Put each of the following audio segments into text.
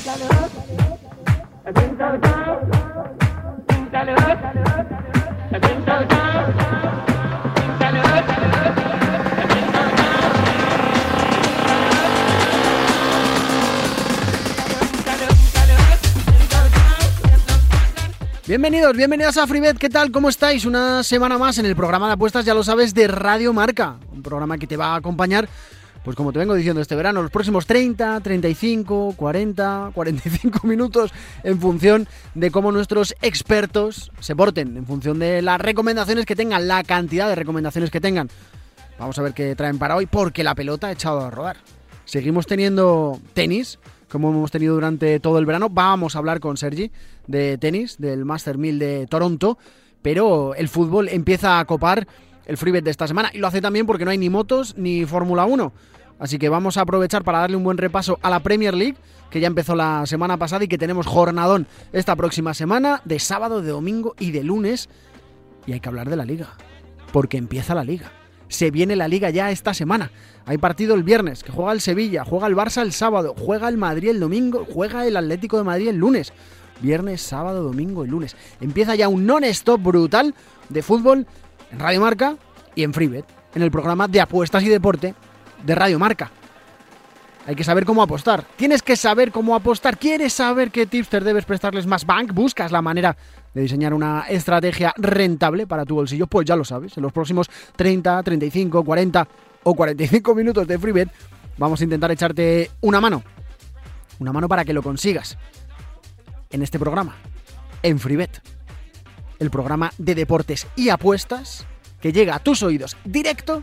Bienvenidos a FreeBet, ¿qué tal? ¿Cómo estáis? Una semana más en el programa de apuestas, ya lo sabes, de Radio Marca. Un programa que te va a acompañar, pues como te vengo diciendo este verano, los próximos 30, 35, 40, 45 minutos en función de cómo nuestros expertos se porten, en función de las recomendaciones que tengan, la cantidad de recomendaciones que tengan. Vamos a ver qué traen para hoy, porque la pelota ha echado a rodar. Seguimos teniendo tenis, como hemos tenido durante todo el verano. Vamos a hablar con Sergi de tenis, del Master 1000 de Toronto, pero el fútbol empieza a copar el FreeBet de esta semana, y lo hace también porque no hay ni motos ni Fórmula 1. Así que vamos a aprovechar para darle un buen repaso a la Premier League, que ya empezó la semana pasada y que tenemos jornadón esta próxima semana, de sábado, de domingo y de lunes. Y hay que hablar de la Liga, porque empieza la Liga. Se viene la Liga ya esta semana. Hay partido el viernes, que juega el Sevilla, juega el Barça el sábado, juega el Madrid el domingo, juega el Atlético de Madrid el lunes. Viernes, sábado, domingo y lunes. Empieza ya un non-stop brutal de fútbol en Radio Marca y en FreeBet, en el programa de apuestas y deporte de Radio Marca. Hay que saber cómo apostar. Tienes que saber cómo apostar. ¿Quieres saber qué tipster debes prestarles más bank? ¿Buscas la manera de diseñar una estrategia rentable para tu bolsillo? Pues ya lo sabes. En los próximos 30, 35, 40 o 45 minutos de FreeBet vamos a intentar echarte una mano. Una mano para que lo consigas. En este programa, en FreeBet, el programa de deportes y apuestas que llega a tus oídos directo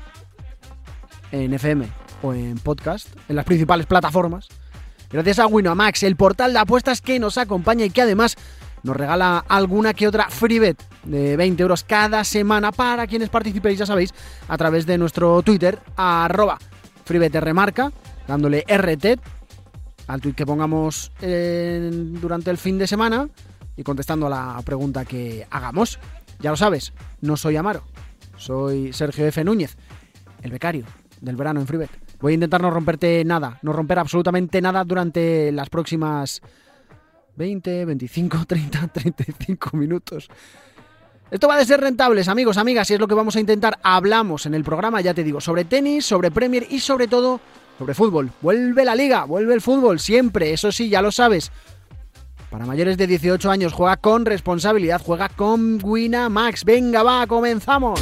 en FM o en podcast, en las principales plataformas, gracias a Winamax, el portal de apuestas que nos acompaña y que además nos regala alguna que otra FreeBet de 20 euros cada semana para quienes participéis, ya sabéis, a través de nuestro Twitter, @FreeBetRmarca, dándole RT al tuit que pongamos durante el fin de semana y contestando a la pregunta que hagamos. Ya lo sabes, no soy Amaro, soy Sergio F. Núñez, el becario del verano en FreeBet. Voy a intentar no romper absolutamente nada durante las próximas 20, 25, 30, 35 minutos. Esto va de ser rentables, amigos, amigas, y es lo que vamos a intentar. Hablamos en el programa, ya te digo, sobre tenis, sobre Premier y sobre todo sobre fútbol. Vuelve la Liga, vuelve el fútbol, siempre, eso sí, ya lo sabes. Para mayores de 18 años, juega con responsabilidad, juega con Winamax. Venga, va, comenzamos.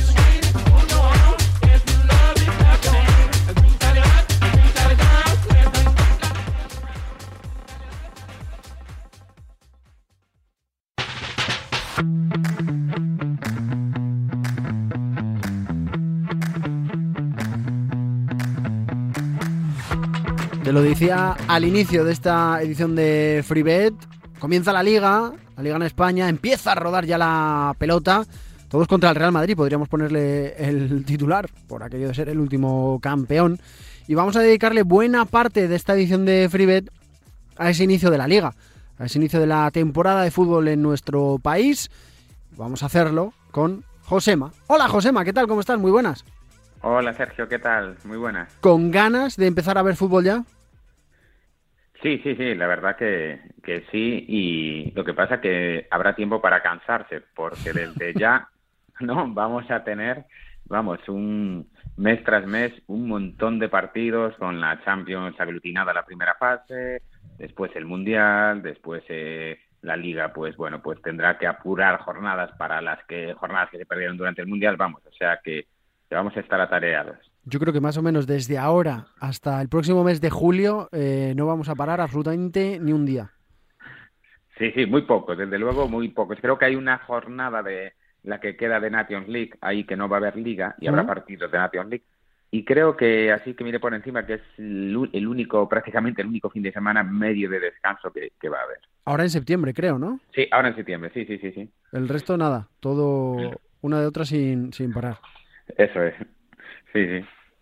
Te lo decía al inicio de esta edición de FreeBet, comienza la Liga en España, empieza a rodar ya la pelota, todos contra el Real Madrid, podríamos ponerle el titular, por aquello de ser el último campeón, y vamos a dedicarle buena parte de esta edición de FreeBet a ese inicio de la Liga, a ese inicio de la temporada de fútbol en nuestro país. Vamos a hacerlo con Josema. Hola Josema, ¿qué tal? ¿Cómo estás? Muy buenas. Hola Sergio, ¿qué tal? Muy buenas. ¿Con ganas de empezar a ver fútbol ya? Sí, la verdad que sí, y lo que pasa es que habrá tiempo para cansarse, porque desde ya no vamos a tener, un mes tras mes, un montón de partidos con la Champions aglutinada la primera fase, después el Mundial, después la Liga, pues tendrá que apurar jornadas que se perdieron durante el Mundial, o sea que vamos a estar atareados. Yo creo que más o menos desde ahora hasta el próximo mes de julio no vamos a parar absolutamente ni un día. Sí, muy pocos, desde luego muy pocos. Creo que hay una jornada de la que queda de Nations League, ahí que no va a haber Liga y habrá partidos de Nations League. Y creo que, así que mire por encima, que es prácticamente el único fin de semana medio de descanso que va a haber. Ahora en septiembre, creo, ¿no? Sí, ahora en septiembre, sí. El resto nada, todo una de otra sin parar. Eso es, sí.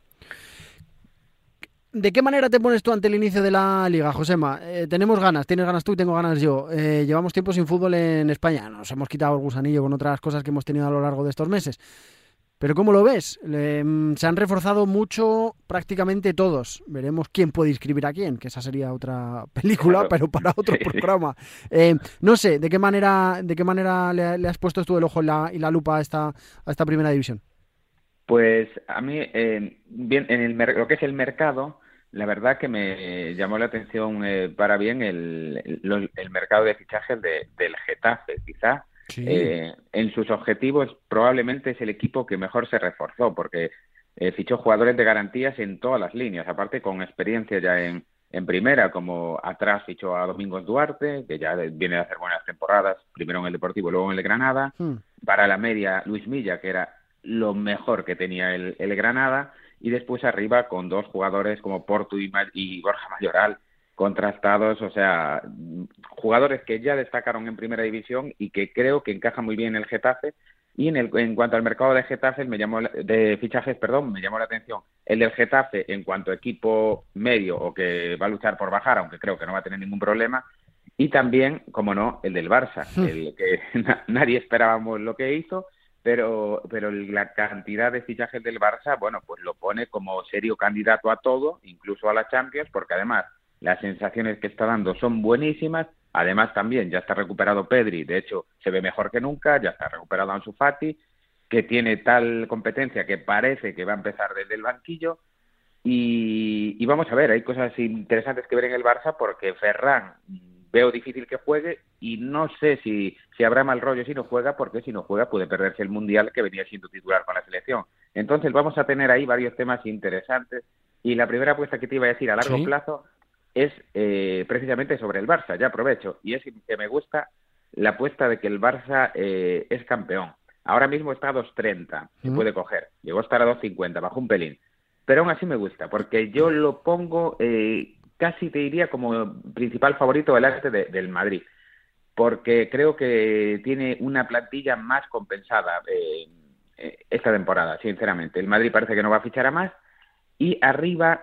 ¿De qué manera te pones tú ante el inicio de la Liga, Josema? Tenemos ganas, tienes ganas tú y tengo ganas yo. Llevamos tiempo sin fútbol en España. Nos hemos quitado el gusanillo con otras cosas que hemos tenido a lo largo de estos meses. Pero ¿cómo lo ves? Se han reforzado mucho prácticamente todos. Veremos quién puede inscribir a quién, que esa sería otra película, Claro. pero para otro Sí, sí. programa. No sé, ¿de qué manera le has puesto tú el ojo y la lupa a esta primera división? Pues a mí, bien, lo que es el mercado, la verdad que me llamó la atención para bien el mercado de fichajes del Getafe. Quizá Sí. en sus objetivos probablemente es el equipo que mejor se reforzó, porque fichó jugadores de garantías en todas las líneas, aparte con experiencia ya en primera, como atrás fichó a Domingos Duarte, que ya viene de hacer buenas temporadas, primero en el Deportivo, luego en el Granada. Hmm. Para la media, Luis Milla, que era lo mejor que tenía el Granada, y después arriba con dos jugadores como Portu y Borja Mayoral, contrastados, o sea, jugadores que ya destacaron en primera división y que creo que encajan muy bien en el Getafe. Y en cuanto al mercado de Getafe, de fichajes, perdón, me llamó la atención el del Getafe en cuanto a equipo medio o que va a luchar por bajar, aunque creo que no va a tener ningún problema. Y también, como no, el del Barça, el que nadie esperábamos lo que hizo, pero la cantidad de fichajes del Barça, bueno, pues lo pone como serio candidato a todo, incluso a la Champions, porque además las sensaciones que está dando son buenísimas. Además también ya está recuperado Pedri, de hecho se ve mejor que nunca, ya está recuperado Ansu Fati, que tiene tal competencia que parece que va a empezar desde el banquillo. Y vamos a ver, hay cosas interesantes que ver en el Barça porque Ferran veo difícil que juegue y no sé si habrá mal rollo si no juega, porque si no juega puede perderse el Mundial que venía siendo titular con la selección. Entonces vamos a tener ahí varios temas interesantes y la primera apuesta que te iba a decir a largo Sí. plazo es precisamente sobre el Barça, ya aprovecho, y es que me gusta la apuesta de que el Barça es campeón. Ahora mismo está a 2.30, se Mm. puede coger, llegó a estar a 2.50, bajó un pelín. Pero aún así me gusta, porque yo lo pongo casi te diría como principal favorito delante del Madrid, porque creo que tiene una plantilla más compensada esta temporada, sinceramente. El Madrid parece que no va a fichar a más y arriba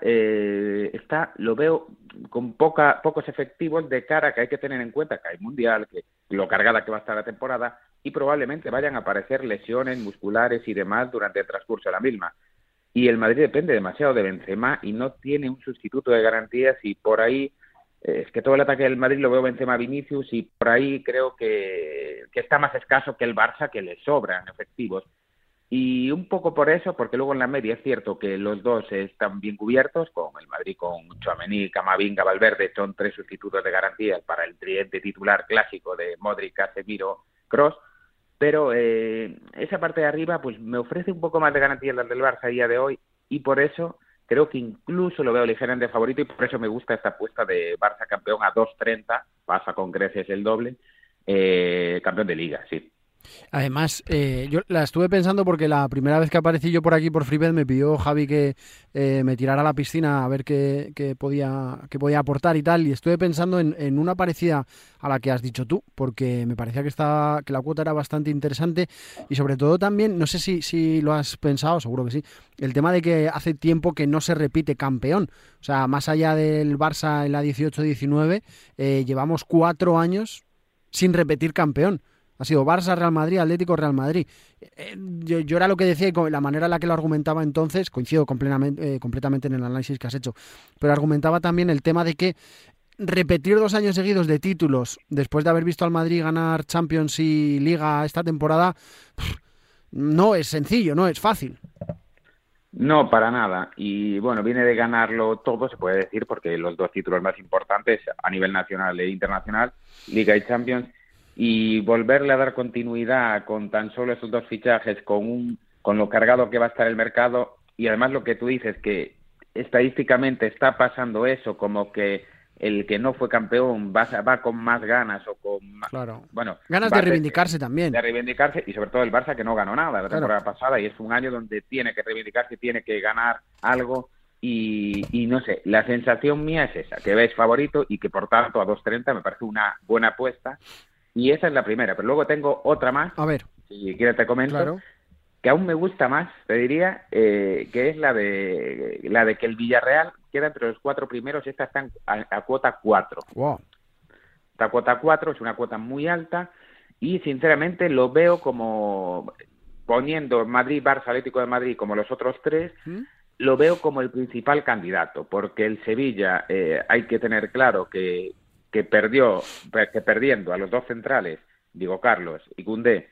lo veo con pocos efectivos de cara a que hay que tener en cuenta que hay Mundial, que lo cargada que va a estar la temporada y probablemente vayan a aparecer lesiones musculares y demás durante el transcurso de la misma. Y el Madrid depende demasiado de Benzema y no tiene un sustituto de garantías y por ahí es que todo el ataque del Madrid lo veo Benzema-Vinicius y por ahí creo que está más escaso que el Barça, que le sobran efectivos. Y un poco por eso, porque luego en la media es cierto que los dos están bien cubiertos, con el Madrid con Tchouaméni, Camavinga, Valverde, son tres sustitutos de garantías para el tridente titular clásico de Modric, Casemiro, Kroos, pero esa parte de arriba pues me ofrece un poco más de garantía la del Barça a día de hoy y por eso creo que incluso lo veo ligeramente favorito y por eso me gusta esta apuesta de Barça campeón a 2.30, pasa con creces el doble, campeón de Liga, sí. Además, yo la estuve pensando porque la primera vez que aparecí yo por aquí por Freebet me pidió Javi que me tirara a la piscina a ver qué podía aportar y tal, y estuve pensando en una parecida a la que has dicho tú, porque me parecía que la cuota era bastante interesante y sobre todo también, no sé si lo has pensado, seguro que sí, el tema de que hace tiempo que no se repite campeón, o sea, más allá del Barça en la 18-19, llevamos 4 años sin repetir campeón. Ha sido Barça, Real Madrid, Atlético, Real Madrid. Yo era lo que decía y con la manera en la que lo argumentaba entonces, coincido completamente en el análisis que has hecho, pero argumentaba también el tema de que repetir 2 años seguidos de títulos después de haber visto al Madrid ganar Champions y Liga esta temporada no es sencillo, no es fácil. No, para nada. Y bueno, viene de ganarlo todo, se puede decir, porque los dos títulos más importantes a nivel nacional e internacional, Liga y Champions, y volverle a dar continuidad con tan solo esos dos fichajes, con lo cargado que va a estar el mercado, y además lo que tú dices, que estadísticamente está pasando eso, como que el que no fue campeón va con más ganas o con más, Claro. bueno, Ganas de reivindicarse también. de reivindicarse, y sobre todo el Barça que no ganó nada la Claro. temporada pasada y es un año donde tiene que reivindicarse, tiene que ganar algo y no sé, la sensación mía es esa, que ves favorito y que por tanto a 2.30 me parece una buena apuesta y esa es la primera, pero luego tengo otra más, A ver, si quieres te comento, claro. que aún me gusta más, te diría, que es la de que el Villarreal queda entre los 4 primeros, esta está a cuota 4. Wow. Esta cuota 4 es una cuota muy alta y sinceramente lo veo como poniendo Madrid, Barça, Atlético de Madrid como los otros tres, lo veo como el principal candidato, porque el Sevilla hay que tener claro que perdiendo a los dos centrales, Diego Carlos y Koundé,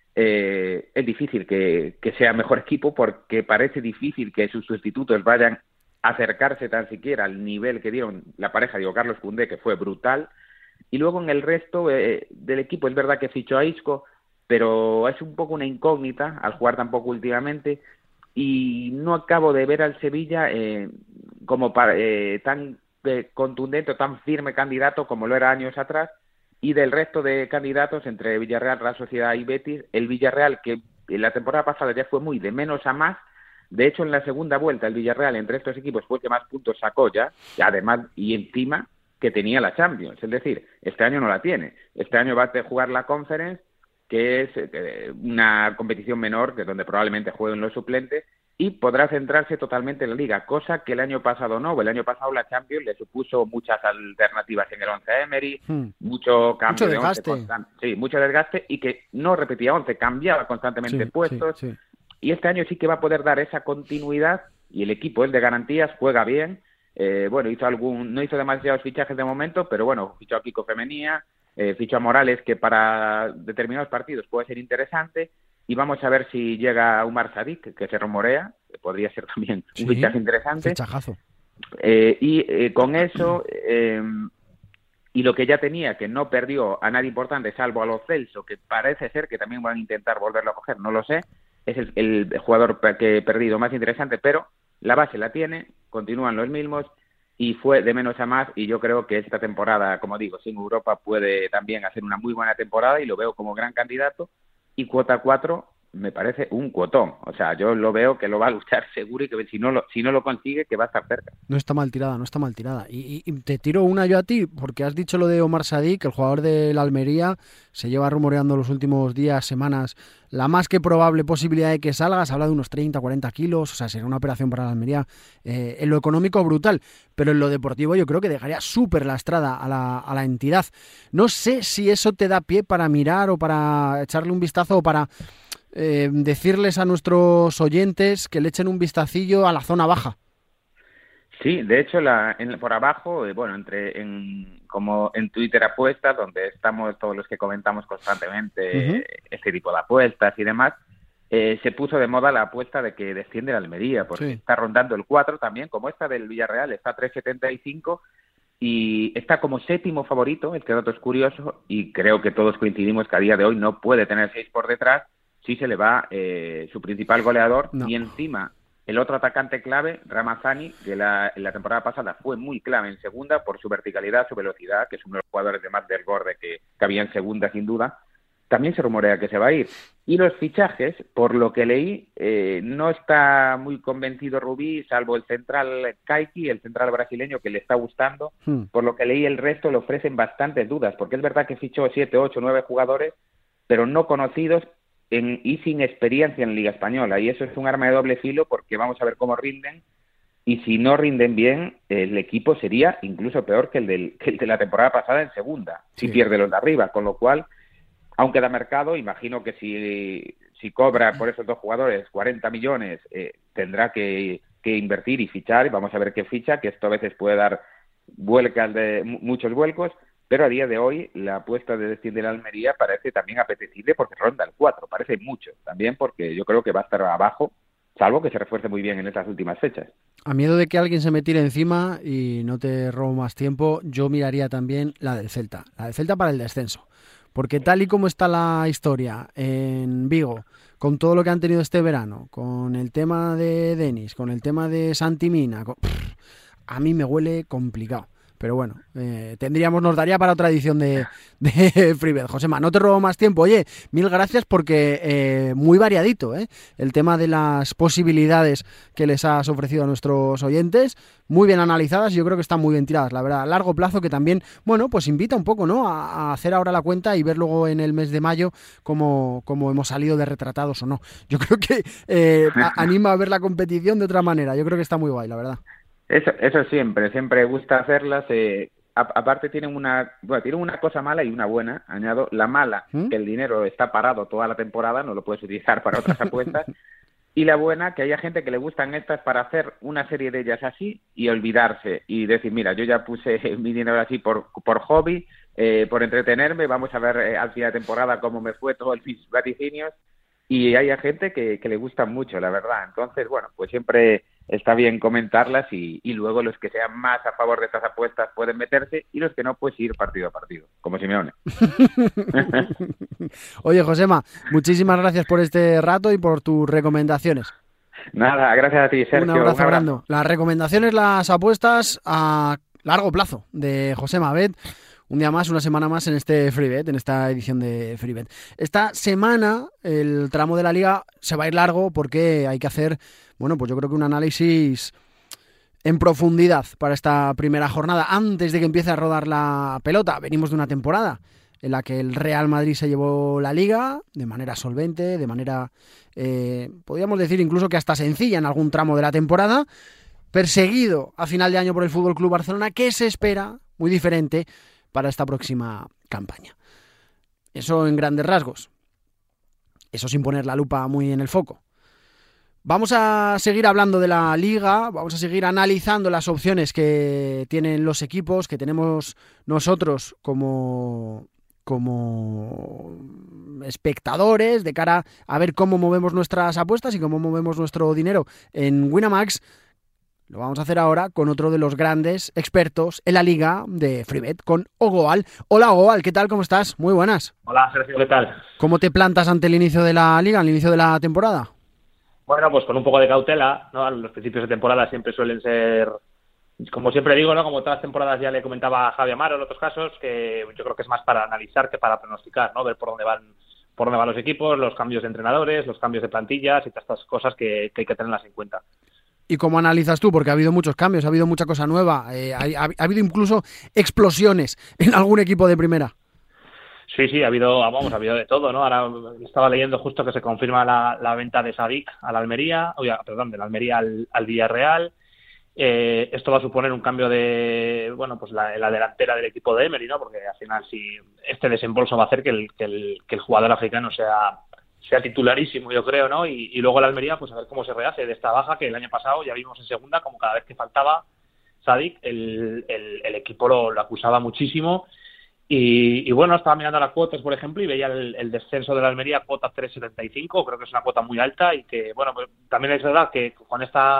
es difícil que sea mejor equipo, porque parece difícil que sus sustitutos vayan a acercarse tan siquiera al nivel que dieron la pareja Diego Carlos Koundé, que fue brutal. Y luego en el resto del equipo es verdad que fichó a Isco, pero es un poco una incógnita al jugar tampoco últimamente, y no acabo de ver al Sevilla como tan contundente o tan firme candidato como lo era años atrás. Y del resto de candidatos, entre Villarreal, Real Sociedad y Betis, el Villarreal, que en la temporada pasada ya fue muy de menos a más, de hecho en la segunda vuelta el Villarreal entre estos equipos fue el que más puntos sacó ya, y además y encima que tenía la Champions, es decir, este año no la tiene, este año va a jugar la Conference, que es una competición menor, que es donde probablemente jueguen los suplentes, y podrá centrarse totalmente en la Liga, cosa que el año pasado no. El año pasado la Champions le supuso muchas alternativas en el 11 a Emery, mucho cambio de 11 constante, sí, mucho desgaste, y que no repetía 11, cambiaba constantemente puestos, y este año sí que va a poder dar esa continuidad, y el equipo es de garantías, juega bien. No hizo demasiados fichajes de momento, pero bueno, fichó a Kiko Femenía, fichó a Morales, que para determinados partidos puede ser interesante, y vamos a ver si llega Umar Sadik, que se rumorea, que podría ser también un fichaje interesante. Fichajazo. Con eso, y lo que ya tenía, que no perdió a nadie importante, salvo a Lo Celso, que parece ser que también van a intentar volverlo a coger, no lo sé, es el jugador que he perdido más interesante, pero la base la tiene, continúan los mismos, y fue de menos a más, y yo creo que esta temporada, como digo, sin Europa puede también hacer una muy buena temporada, y lo veo como gran candidato. Y cuota 4 me parece un cuotón. O sea, yo lo veo que lo va a luchar seguro, y que si no lo consigue, que va a estar cerca. No está mal tirada, no está mal tirada. Y te tiro una yo a ti, porque has dicho lo de Omar Sadik, el jugador del Almería, se lleva rumoreando los últimos días, semanas, la más que probable posibilidad de que salga. Se habla de unos 30, 40 kilos, o sea, sería una operación para la Almería. En lo económico brutal, pero en lo deportivo yo creo que dejaría súper lastrada a la entidad. No sé si eso te da pie para mirar o para echarle un vistazo o para decirles a nuestros oyentes que le echen un vistacillo a la zona baja. Sí, de hecho, por abajo, como en Twitter Apuestas, donde estamos todos los que comentamos constantemente este tipo de apuestas y demás, se puso de moda la apuesta de que desciende la Almería, porque está rondando el 4 también, como esta del Villarreal, está a 3,75 y está como séptimo favorito. Este dato es curioso, y creo que todos coincidimos que a día de hoy no puede tener 6 por detrás si se le va su principal goleador, y encima el otro atacante clave, Ramazani, que en la temporada pasada fue muy clave en segunda por su verticalidad, su velocidad, que es uno de los jugadores de más desborde que había en segunda sin duda, también se rumorea que se va a ir. Y los fichajes, por lo que leí, no está muy convencido Rubí, salvo el central Kaiki, el central brasileño, que le está gustando. Por lo que leí, el resto le ofrecen bastantes dudas, porque es verdad que fichó 7, 8, 9 jugadores, pero no conocidos y sin experiencia en Liga Española, y eso es un arma de doble filo, porque vamos a ver cómo rinden, y si no rinden bien, el equipo sería incluso peor que el de la temporada pasada en segunda, si pierde los de arriba, con lo cual, aunque da mercado, imagino que si cobra por esos dos jugadores 40 millones, tendrá que invertir y fichar, y vamos a ver qué ficha, que esto a veces puede dar muchos vuelcos. Pero a día de hoy la apuesta de desciende de la Almería parece también apetecible, porque ronda el 4, parece mucho. También porque yo creo que va a estar abajo, salvo que se refuerce muy bien en estas últimas fechas. A miedo de que alguien se me tire encima, y no te robo más tiempo, yo miraría también la del Celta. La del Celta para el descenso. Porque tal y como está la historia en Vigo, con todo lo que han tenido este verano, con el tema de Denis, con el tema de Santi Mina, a mí me huele complicado. Pero bueno, nos daría para otra edición de Freebet. Josema, no te robo más tiempo. Oye, mil gracias, porque muy variadito, el tema de las posibilidades que les has ofrecido a nuestros oyentes, muy bien analizadas, y yo creo que están muy bien tiradas, la verdad, a largo plazo, que también, bueno, pues invita un poco, ¿no?, a hacer ahora la cuenta y ver luego en el mes de mayo cómo hemos salido de retratados o no. Yo creo que anima a ver la competición de otra manera. Yo creo que está muy guay, la verdad. Eso siempre gusta hacerlas. aparte tienen una cosa mala y una buena, añado. La mala, que el dinero está parado toda la temporada, no lo puedes utilizar para otras apuestas. Y la buena, que haya gente que le gustan estas para hacer una serie de ellas así y olvidarse y decir, mira, yo ya puse mi dinero así por hobby, por entretenerme, vamos a ver al final de temporada cómo me fue todos mis vaticinios. Y hay gente que le gustan mucho, la verdad. Entonces, bueno, pues siempre está bien comentarlas y luego los que sean más a favor de estas apuestas pueden meterse y los que no, pues ir partido a partido, como Simeone. Oye, Josema, muchísimas gracias por este rato y por tus recomendaciones. Nada, gracias a ti, Sergio. Un abrazo grande. Las recomendaciones, las apuestas a largo plazo de Josema Bet. Un día más, una semana más en este FreeBet, en esta edición de FreeBet. Esta semana el tramo de la Liga se va a ir largo porque hay que hacer, bueno, pues yo creo que un análisis en profundidad para esta primera jornada, antes de que empiece a rodar la pelota. Venimos de una temporada en la que el Real Madrid se llevó la Liga de manera solvente, de manera, podríamos decir incluso que hasta sencilla en algún tramo de la temporada, perseguido a final de año por el Fútbol Club Barcelona, que se espera muy diferente para esta próxima campaña. Eso en grandes rasgos. Eso sin poner la lupa muy en el foco. Vamos a seguir hablando de la Liga, vamos a seguir analizando las opciones que tienen los equipos, que tenemos nosotros como espectadores, de cara a ver cómo movemos nuestras apuestas y cómo movemos nuestro dinero en Winamax. Lo vamos a hacer ahora con otro de los grandes expertos en la liga de FreeBet, con Ogoal. Hola Ogoal, ¿qué tal? ¿Cómo estás? Muy buenas. Hola Sergio, ¿qué tal? ¿Cómo te plantas ante el inicio de la liga, al inicio de la temporada? Bueno, pues con un poco de cautela, ¿no? Los principios de temporada siempre suelen ser, como siempre digo, ¿no? Como todas las temporadas, ya le comentaba a Javi Amaro en otros casos, que yo creo que es más para analizar que para pronosticar, ¿no? Ver por dónde van los equipos, los cambios de entrenadores, los cambios de plantillas y todas estas cosas que hay que tenerlas en cuenta. ¿Y cómo analizas tú? Porque ha habido muchos cambios, ha habido mucha cosa nueva, ha habido incluso explosiones en algún equipo de primera. Sí, ha habido de todo, ¿no? Ahora estaba leyendo justo que se confirma la venta de Sadik al Almería, de la Almería al Villarreal. Esto va a suponer un cambio de, bueno, pues la delantera del equipo de Emery, ¿no? Porque al final si este desembolso va a hacer que el jugador africano sea titularísimo, yo creo, ¿no? Y luego el Almería, pues a ver cómo se rehace de esta baja que el año pasado ya vimos en segunda, como cada vez que faltaba Sadik, el equipo lo acusaba muchísimo. Y bueno, estaba mirando las cuotas, por ejemplo, y veía el descenso de la Almería, cuota 3,75, creo que es una cuota muy alta y que, bueno, pues también es verdad que con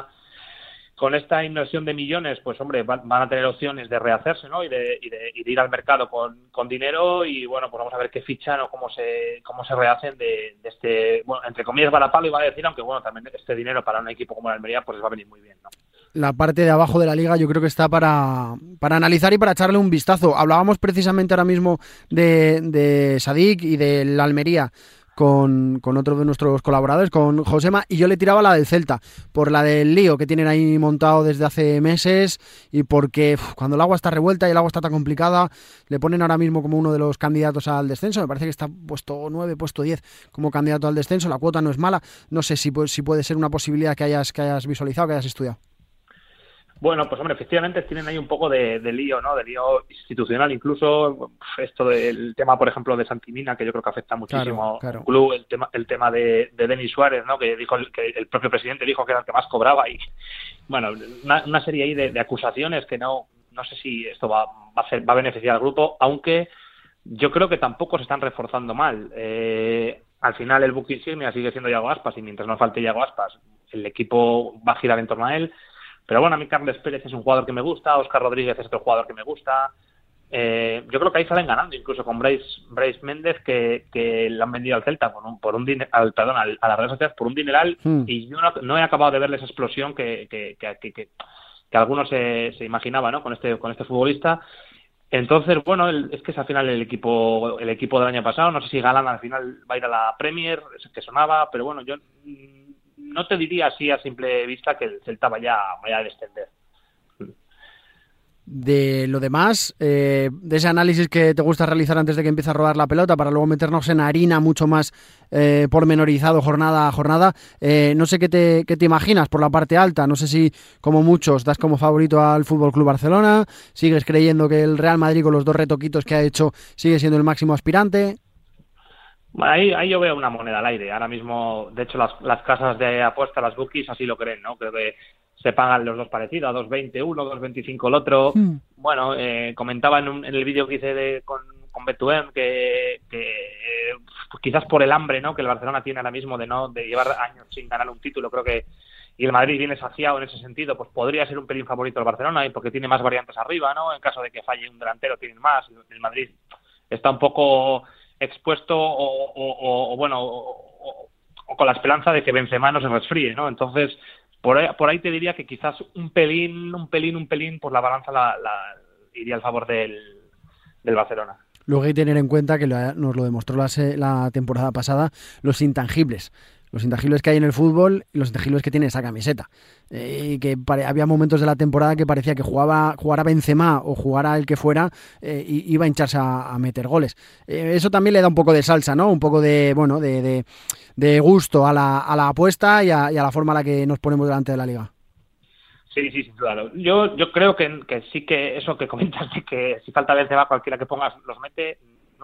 esta inversión de millones, pues hombre, van a tener opciones de rehacerse, ¿no? Y de ir al mercado con dinero y, bueno, pues vamos a ver qué fichan o cómo se rehacen de este, bueno, entre comillas, varapalo, iba a decir, aunque bueno, también este dinero para un equipo como la Almería, pues les va a venir muy bien, ¿no? La parte de abajo de la liga yo creo que está para analizar y para echarle un vistazo. Hablábamos precisamente ahora mismo de Sadik y del Almería con otro de nuestros colaboradores, con Josema, y yo le tiraba la del Celta, por la del lío que tienen ahí montado desde hace meses y porque cuando el agua está revuelta y el agua está tan complicada, le ponen ahora mismo como uno de los candidatos al descenso. Me parece que está puesto 9, puesto 10 como candidato al descenso. La cuota no es mala. No sé si puede ser una posibilidad que hayas visualizado, que hayas estudiado. Bueno, pues hombre, efectivamente tienen ahí un poco de lío, ¿no? De lío institucional, incluso esto del tema, por ejemplo, de Santimina, que yo creo que afecta muchísimo al club, el tema de Denis Suárez, ¿no? Que dijo que el propio presidente dijo que era el que más cobraba y, bueno, una serie ahí de acusaciones que no sé si esto va a beneficiar al grupo, aunque yo creo que tampoco se están reforzando mal. Al final el buque insignia sigue siendo Iago Aspas y mientras no falte Iago Aspas, el equipo va a girar en torno a él. Pero bueno, a mí Carles Pérez es un jugador que me gusta, Óscar Rodríguez es otro jugador que me gusta. Yo creo que ahí salen ganando, incluso con Brais Méndez, que le han vendido al Celta a las redes sociales por un dineral, y yo no he acabado de verle esa explosión que algunos se imaginaba, ¿no? con este futbolista. Entonces, bueno, es que es al final el equipo del año pasado. No sé si Galán al final va a ir a la Premier, que sonaba, pero bueno, yo no te diría así a simple vista que el Celta vaya a descender. De lo demás, de ese análisis que te gusta realizar antes de que empiece a rodar la pelota para luego meternos en harina mucho más pormenorizado jornada a jornada, no sé qué te imaginas por la parte alta. No sé si, como muchos, das como favorito al FC Barcelona, sigues creyendo que el Real Madrid con los 2 retoquitos que ha hecho sigue siendo el máximo aspirante. Ahí yo veo una moneda al aire. Ahora mismo, de hecho, las casas de apuesta, las bookies, así lo creen, ¿no? Creo que se pagan los dos parecidos, a 2.20 uno, 2.25 el otro. Bueno, comentaba en el vídeo que hice con Bet2M que pues quizás por el hambre, ¿no?, que el Barcelona tiene ahora mismo de llevar años sin ganar un título, creo que, y el Madrid viene saciado en ese sentido, pues podría ser un pelín favorito el Barcelona, y porque tiene más variantes arriba, ¿no? En caso de que falle un delantero tienen más. El Madrid está un poco expuesto o con la esperanza de que Benzema no se resfríe, ¿no? Entonces, por ahí te diría que quizás un pelín, pues la balanza la iría al favor del Barcelona. Luego hay que tener en cuenta que nos lo demostró la temporada pasada, los intangibles que hay en el fútbol y los intangibles que tiene esa camiseta. Y que había momentos de la temporada que parecía que jugara Benzema o jugara el que fuera, iba a hincharse a meter goles. Eso también le da un poco de salsa, ¿no? Un poco de gusto a la apuesta y a la forma en la que nos ponemos delante de la liga. Sí, claro. Yo creo que sí, que eso que comentas de que si falta Benzema, cualquiera que pongas los mete.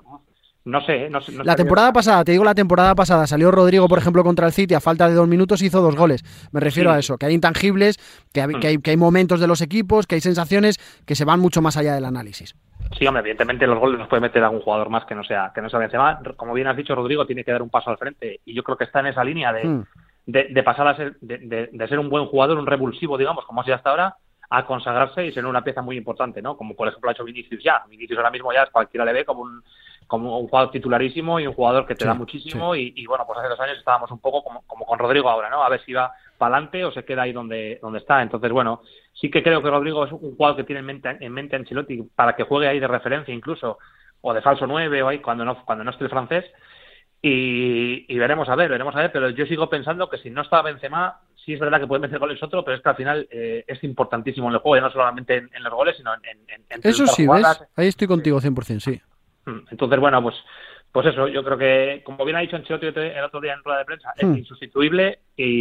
No sé. La temporada pasada, salió Rodrigo, por ejemplo, contra el City, a falta de 2 minutos hizo 2 goles. Me refiero a eso, que hay intangibles, que hay momentos de los equipos, que hay sensaciones que se van mucho más allá del análisis. Sí, hombre, evidentemente los goles los puede meter algún jugador más que no sea Benzema. Como bien has dicho, Rodrigo tiene que dar un paso al frente, y yo creo que está en esa línea de pasar a ser de ser un buen jugador, un revulsivo, digamos, como ha sido hasta ahora, a consagrarse y ser una pieza muy importante, ¿no? Como por ejemplo ha hecho Vinicius ya. Vinicius ahora mismo ya cualquiera le ve como un jugador titularísimo y un jugador que te da muchísimo. Y bueno, pues hace 2 años estábamos un poco como con Rodrigo ahora, ¿no? A ver si va para adelante o se queda ahí donde está. Entonces, bueno, sí que creo que Rodrigo es un jugador que tiene en mente Ancelotti para que juegue ahí de referencia incluso, o de falso 9 o ahí cuando no esté el francés. Y veremos a ver, pero yo sigo pensando que si no está Benzema, sí es verdad que puede meter goles otro, pero es que al final es importantísimo en el juego, ya no solamente en los goles, sino en eso sí, jugadas. ¿Ves? Ahí estoy contigo 100%, sí. Entonces, bueno, pues eso, yo creo que, como bien ha dicho Ancelotti el otro día en rueda de prensa, es insustituible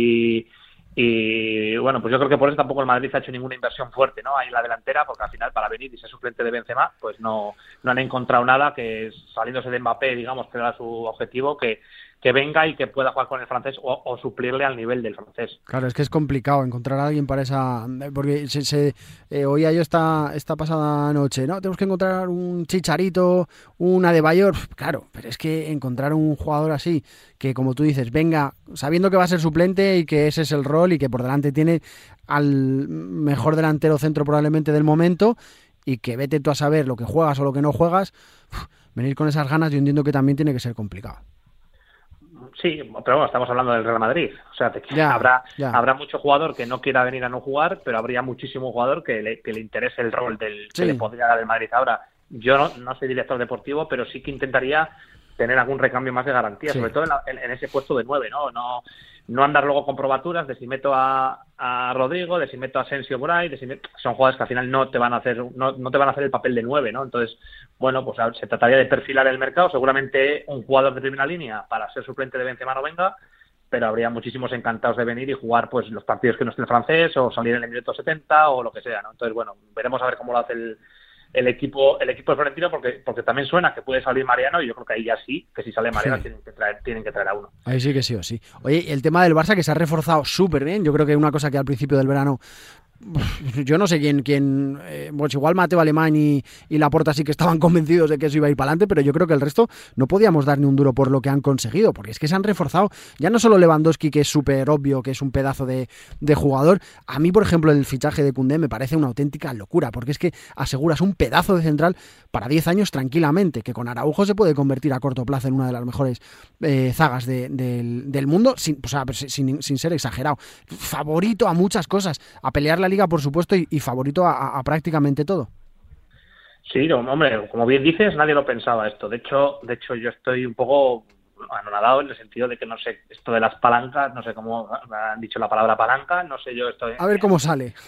y bueno, pues yo creo que por eso tampoco el Madrid ha hecho ninguna inversión fuerte, ¿no?, ahí en la delantera, porque al final para venir y ser suplente de Benzema, pues no han encontrado nada, que saliéndose de Mbappé, digamos, que era su objetivo, que venga y que pueda jugar con el francés o suplirle al nivel del francés. Claro, es que es complicado encontrar a alguien para esa... Porque oía yo esta pasada noche, ¿no? Tenemos que encontrar un Chicharito, un Adebayor. Claro, pero es que encontrar un jugador así, que como tú dices, venga sabiendo que va a ser suplente y que ese es el rol y que por delante tiene al mejor delantero centro probablemente del momento, y que vete tú a saber lo que juegas o lo que no juegas, venir con esas ganas yo entiendo que también tiene que ser complicado. Sí, pero bueno, estamos hablando del Real Madrid. O sea, habrá mucho jugador que no quiera venir a no jugar, pero habría muchísimo jugador que le interese el rol que le podría dar el Madrid ahora. Yo no soy director deportivo, pero sí que intentaría tener algún recambio más de garantía, sobre todo en ese puesto de 9, no andar luego con probaturas de si meto a Rodrigo, de si meto a Asensio por ahí, son jugadores que al final no te van a hacer el papel de 9, ¿no? Entonces, bueno, pues se trataría de perfilar el mercado. Seguramente un jugador de primera línea para ser suplente de Benzema no venga, pero habría muchísimos encantados de venir y jugar pues los partidos que no esté el francés o salir en el minuto 70 o lo que sea, ¿no? Entonces, bueno, veremos a ver cómo lo hace el equipo de Florentino, porque también suena que puede salir Mariano, y yo creo que ahí ya sí, que si sale Mariano tienen que traer a uno. Ahí sí que sí o sí. Oye, el tema del Barça, que se ha reforzado súper bien, yo creo que una cosa que al principio del verano yo no sé quién pues igual Mateo Alemán y Laporta sí que estaban convencidos de que eso iba a ir para adelante, pero yo creo que el resto no podíamos dar ni un duro por lo que han conseguido, porque es que se han reforzado, ya no solo Lewandowski, que es súper obvio que es un pedazo de jugador. A mí, por ejemplo, el fichaje de Koundé me parece una auténtica locura, porque es que aseguras un pedazo de central para 10 años tranquilamente, que con Araujo se puede convertir a corto plazo en una de las mejores zagas del mundo, sin ser exagerado. Favorito a muchas cosas, a pelear la liga, por supuesto, y favorito a prácticamente todo. Sí, hombre, como bien dices, nadie lo pensaba esto. De hecho, yo estoy un poco anonadado en el sentido de que no sé, esto de las palancas, no sé cómo han dicho la palabra palanca, no sé yo esto. A ver cómo sale.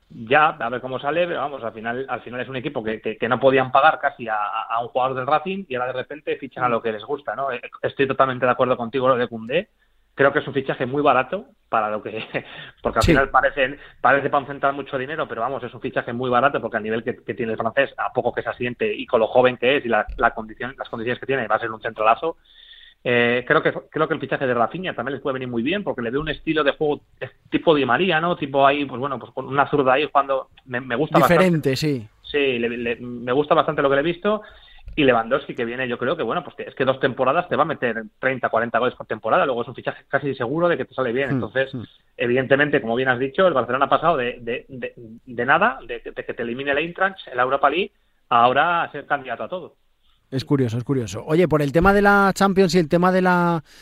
Ya, a ver cómo sale, pero vamos, al final es un equipo que no podían pagar casi a un jugador del Racing y ahora de repente fichan a lo que les gusta, ¿no? Estoy totalmente de acuerdo contigo lo de Koundé. Creo que es un fichaje muy barato para lo que... Porque al final parece para concentrar mucho dinero, pero vamos, es un fichaje muy barato porque al nivel que tiene el francés, a poco que se asiente y con lo joven que es y las condiciones que tiene, va a ser un centralazo. Creo que el fichaje de Rafinha también les puede venir muy bien porque le veo un estilo de juego tipo Di María, ¿no? Tipo ahí, pues bueno, pues con una zurda ahí jugando, me gusta diferente, bastante. Sí, me gusta bastante lo que le he visto. Y Lewandowski, que viene, yo creo que, bueno, pues es que 2 temporadas te va a meter 30, 40 goles por temporada, luego es un fichaje casi seguro de que te sale bien. Entonces, evidentemente, como bien has dicho, el Barcelona ha pasado de nada, de que te elimine el Eintracht en la Europa League, ahora a ser candidato a todo. Es curioso, es curioso. Oye, por el tema de la Champions y el tema de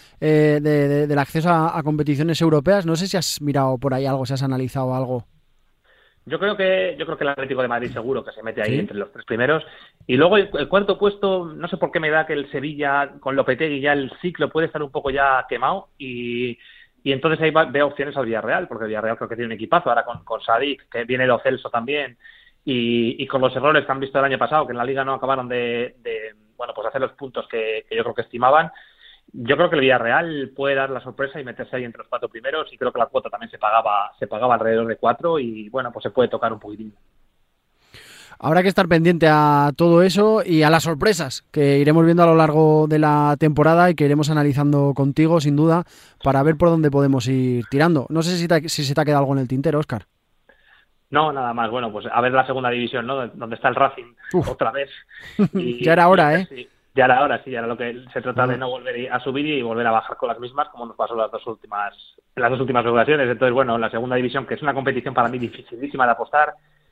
del acceso a competiciones europeas, no sé si has mirado por ahí algo, si has analizado algo. Yo creo que el Atlético de Madrid seguro que se mete ahí entre los 3 primeros. Y luego el cuarto puesto, no sé por qué me da que el Sevilla con Lopetegui ya el ciclo puede estar un poco ya quemado y entonces ahí veo opciones al Villarreal, porque el Villarreal creo que tiene un equipazo ahora con Sadik, que viene Lo Celso también. Y con los errores que han visto el año pasado, que en la Liga no acabaron de hacer los puntos que yo creo que estimaban, yo creo que el Villarreal puede dar la sorpresa y meterse ahí entre los 4 primeros, y creo que la cuota también se pagaba alrededor de 4 y bueno, pues se puede tocar un poquitín. Habrá que estar pendiente a todo eso y a las sorpresas que iremos viendo a lo largo de la temporada y que iremos analizando contigo, sin duda, para ver por dónde podemos ir tirando. No sé si se te ha quedado algo en el tintero, Óscar. No, nada más. Bueno, pues a ver la segunda división, ¿no? Donde está el Racing otra vez. Ya era hora, ¿eh? Sí, ya era hora, sí. Ya era lo que se trata de no volver a subir y volver a bajar con las mismas, como nos pasó en las dos últimas ocasiones. Entonces, bueno, la segunda división, que es una competición para mí dificilísima de apostar,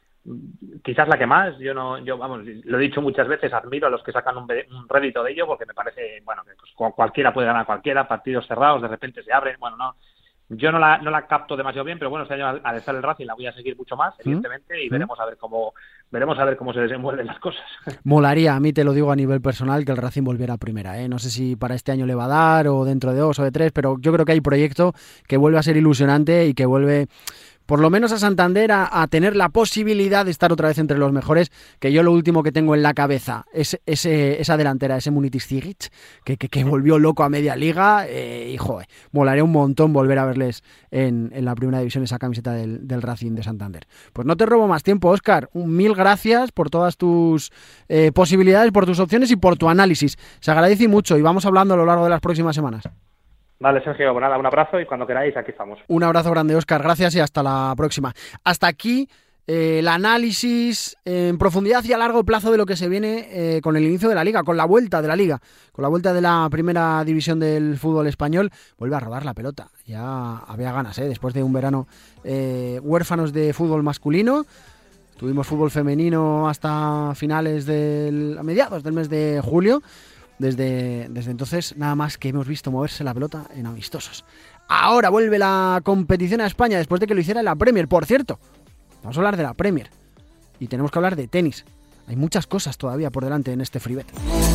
quizás la que más, yo vamos, lo he dicho muchas veces, admiro a los que sacan un rédito de ello, porque me parece, bueno, que pues cualquiera puede ganar cualquiera, partidos cerrados, de repente se abren, bueno, no. Yo no la capto demasiado bien, pero bueno, este año al estar el Racing la voy a seguir mucho más, evidentemente, y veremos a ver cómo se desenvuelven las cosas. Molaría, a mí te lo digo a nivel personal, que el Racing volviera a primera, ¿eh? No sé si para este año le va a dar, o dentro de 2 o de 3, pero yo creo que hay proyecto que vuelve a ser ilusionante y que vuelve, por lo menos a Santander, a tener la posibilidad de estar otra vez entre los mejores, que yo lo último que tengo en la cabeza es esa delantera, ese Munitis Zigic, que volvió loco a media liga, y joder, molaría un montón volver a verles en la primera división, esa camiseta del Racing de Santander. Pues no te robo más tiempo, Óscar, 1000 gracias por todas tus posibilidades, por tus opciones y por tu análisis. Se agradece mucho y vamos hablando a lo largo de las próximas semanas. Vale, Sergio, pues nada, un abrazo y cuando queráis, aquí estamos. Un abrazo grande, Óscar, gracias y hasta la próxima. Hasta aquí el análisis en profundidad y a largo plazo de lo que se viene con el inicio de la Liga, con la vuelta de la Liga, con la vuelta de la primera división del fútbol español. Vuelve a rodar la pelota, ya había ganas, después de un verano huérfanos de fútbol masculino. Tuvimos fútbol femenino hasta a mediados del mes de julio. Desde entonces, nada más que hemos visto moverse la pelota en amistosos. Ahora vuelve la competición a España después de que lo hiciera en la Premier. Por cierto, vamos a hablar de la Premier y tenemos que hablar de tenis. Hay muchas cosas todavía por delante en este Freebet.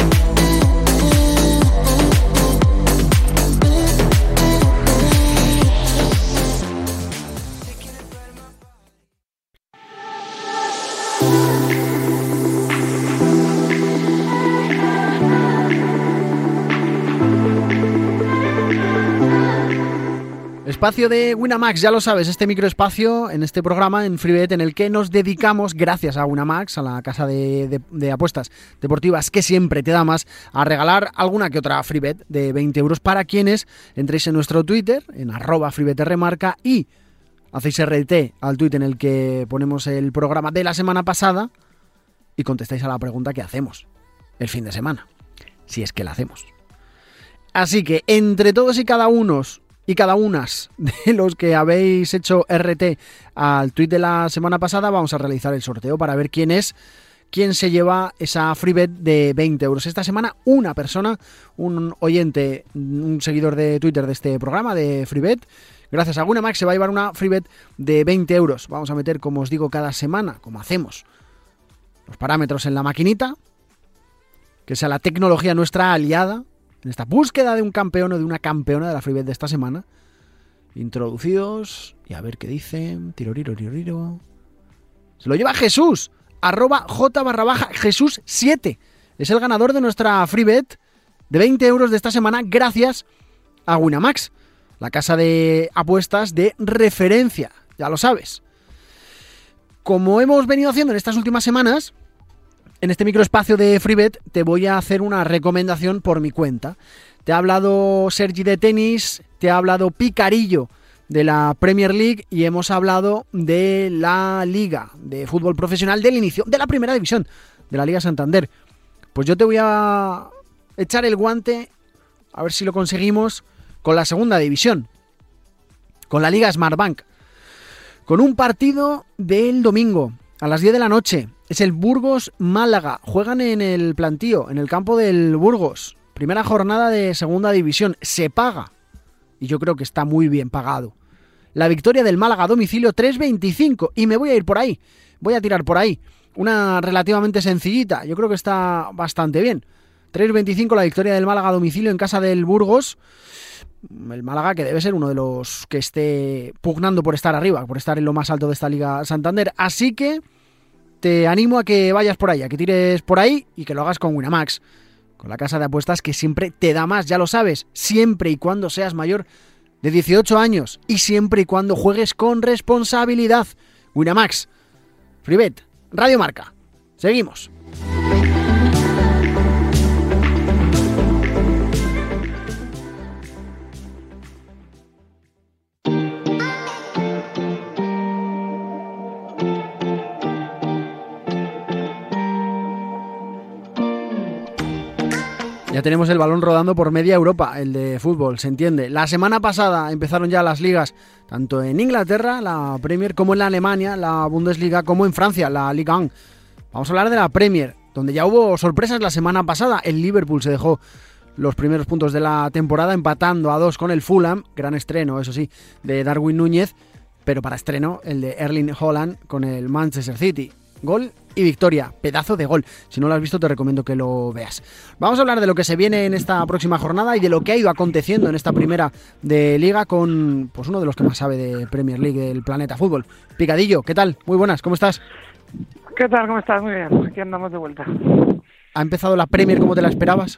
Espacio de Winamax, ya lo sabes, este microespacio en este programa en Freebet en el que nos dedicamos, gracias a Winamax, a la casa de apuestas deportivas que siempre te da más, a regalar alguna que otra Freebet de 20 euros para quienes entréis en nuestro Twitter, en @FreebetRmarca, y hacéis RT al tuit en el que ponemos el programa de la semana pasada y contestáis a la pregunta que hacemos el fin de semana, si es que la hacemos. Así que entre todos y cada uno y cada unas de los que habéis hecho RT al tuit de la semana pasada, vamos a realizar el sorteo para ver quién se lleva esa Freebet de 20 euros. Esta semana una persona, un oyente, un seguidor de Twitter de este programa de Freebet, gracias a Winamax, se va a llevar una Freebet de 20 euros. Vamos a meter, como os digo, cada semana, como hacemos, los parámetros en la maquinita, que sea la tecnología nuestra aliada en esta búsqueda de un campeón o de una campeona de la Freebet de esta semana. Introducidos y a ver qué dicen. Tiroriro. Se lo lleva Jesús, @J_Jesús7. Es el ganador de nuestra free bet de 20 euros de esta semana gracias a Winamax, la casa de apuestas de referencia, ya lo sabes. Como hemos venido haciendo en estas últimas semanas, en este microespacio de FreeBet te voy a hacer una recomendación por mi cuenta. Te ha hablado Sergi de tenis, te ha hablado Picarillo de la Premier League y hemos hablado de la Liga de Fútbol Profesional del inicio de la Primera División, de la Liga Santander. Pues yo te voy a echar el guante, a ver si lo conseguimos, con la Segunda División, con la Liga Smartbank, con un partido del domingo a las 10 de la noche. Es el Burgos-Málaga. Juegan en el Plantío, en el campo del Burgos. Primera jornada de Segunda División. Se paga. Y yo creo que está muy bien pagado. La victoria del Málaga a domicilio 3.25. Y me voy a ir por ahí. Voy a tirar por ahí. Una relativamente sencillita. Yo creo que está bastante bien. 3.25 la victoria del Málaga a domicilio en casa del Burgos. El Málaga que debe ser uno de los que esté pugnando por estar arriba, por estar en lo más alto de esta Liga Santander. Así que te animo a que vayas por ahí, a que tires por ahí y que lo hagas con Winamax, con la casa de apuestas que siempre te da más, ya lo sabes, siempre y cuando seas mayor de 18 años y siempre y cuando juegues con responsabilidad. Winamax, FreeBet, Radio Marca. Seguimos. Ya tenemos el balón rodando por media Europa, el de fútbol, se entiende. La semana pasada empezaron ya las ligas, tanto en Inglaterra, la Premier, como en la Alemania, la Bundesliga, como en Francia, la Ligue 1. Vamos a hablar de la Premier, donde ya hubo sorpresas la semana pasada. El Liverpool se dejó los primeros puntos de la temporada empatando a 2 con el Fulham. Gran estreno, eso sí, de Darwin Núñez, pero para estreno el de Erling Haaland con el Manchester City. Gol y victoria, pedazo de gol. Si no lo has visto te recomiendo que lo veas. Vamos a hablar de lo que se viene en esta próxima jornada y de lo que ha ido aconteciendo en esta primera de Liga con pues uno de los que más sabe de Premier League del planeta fútbol. Picadillo, ¿qué tal? Muy buenas, ¿cómo estás? ¿Qué tal? ¿Cómo estás? Muy bien, aquí andamos de vuelta. ¿Ha empezado la Premier como te la esperabas?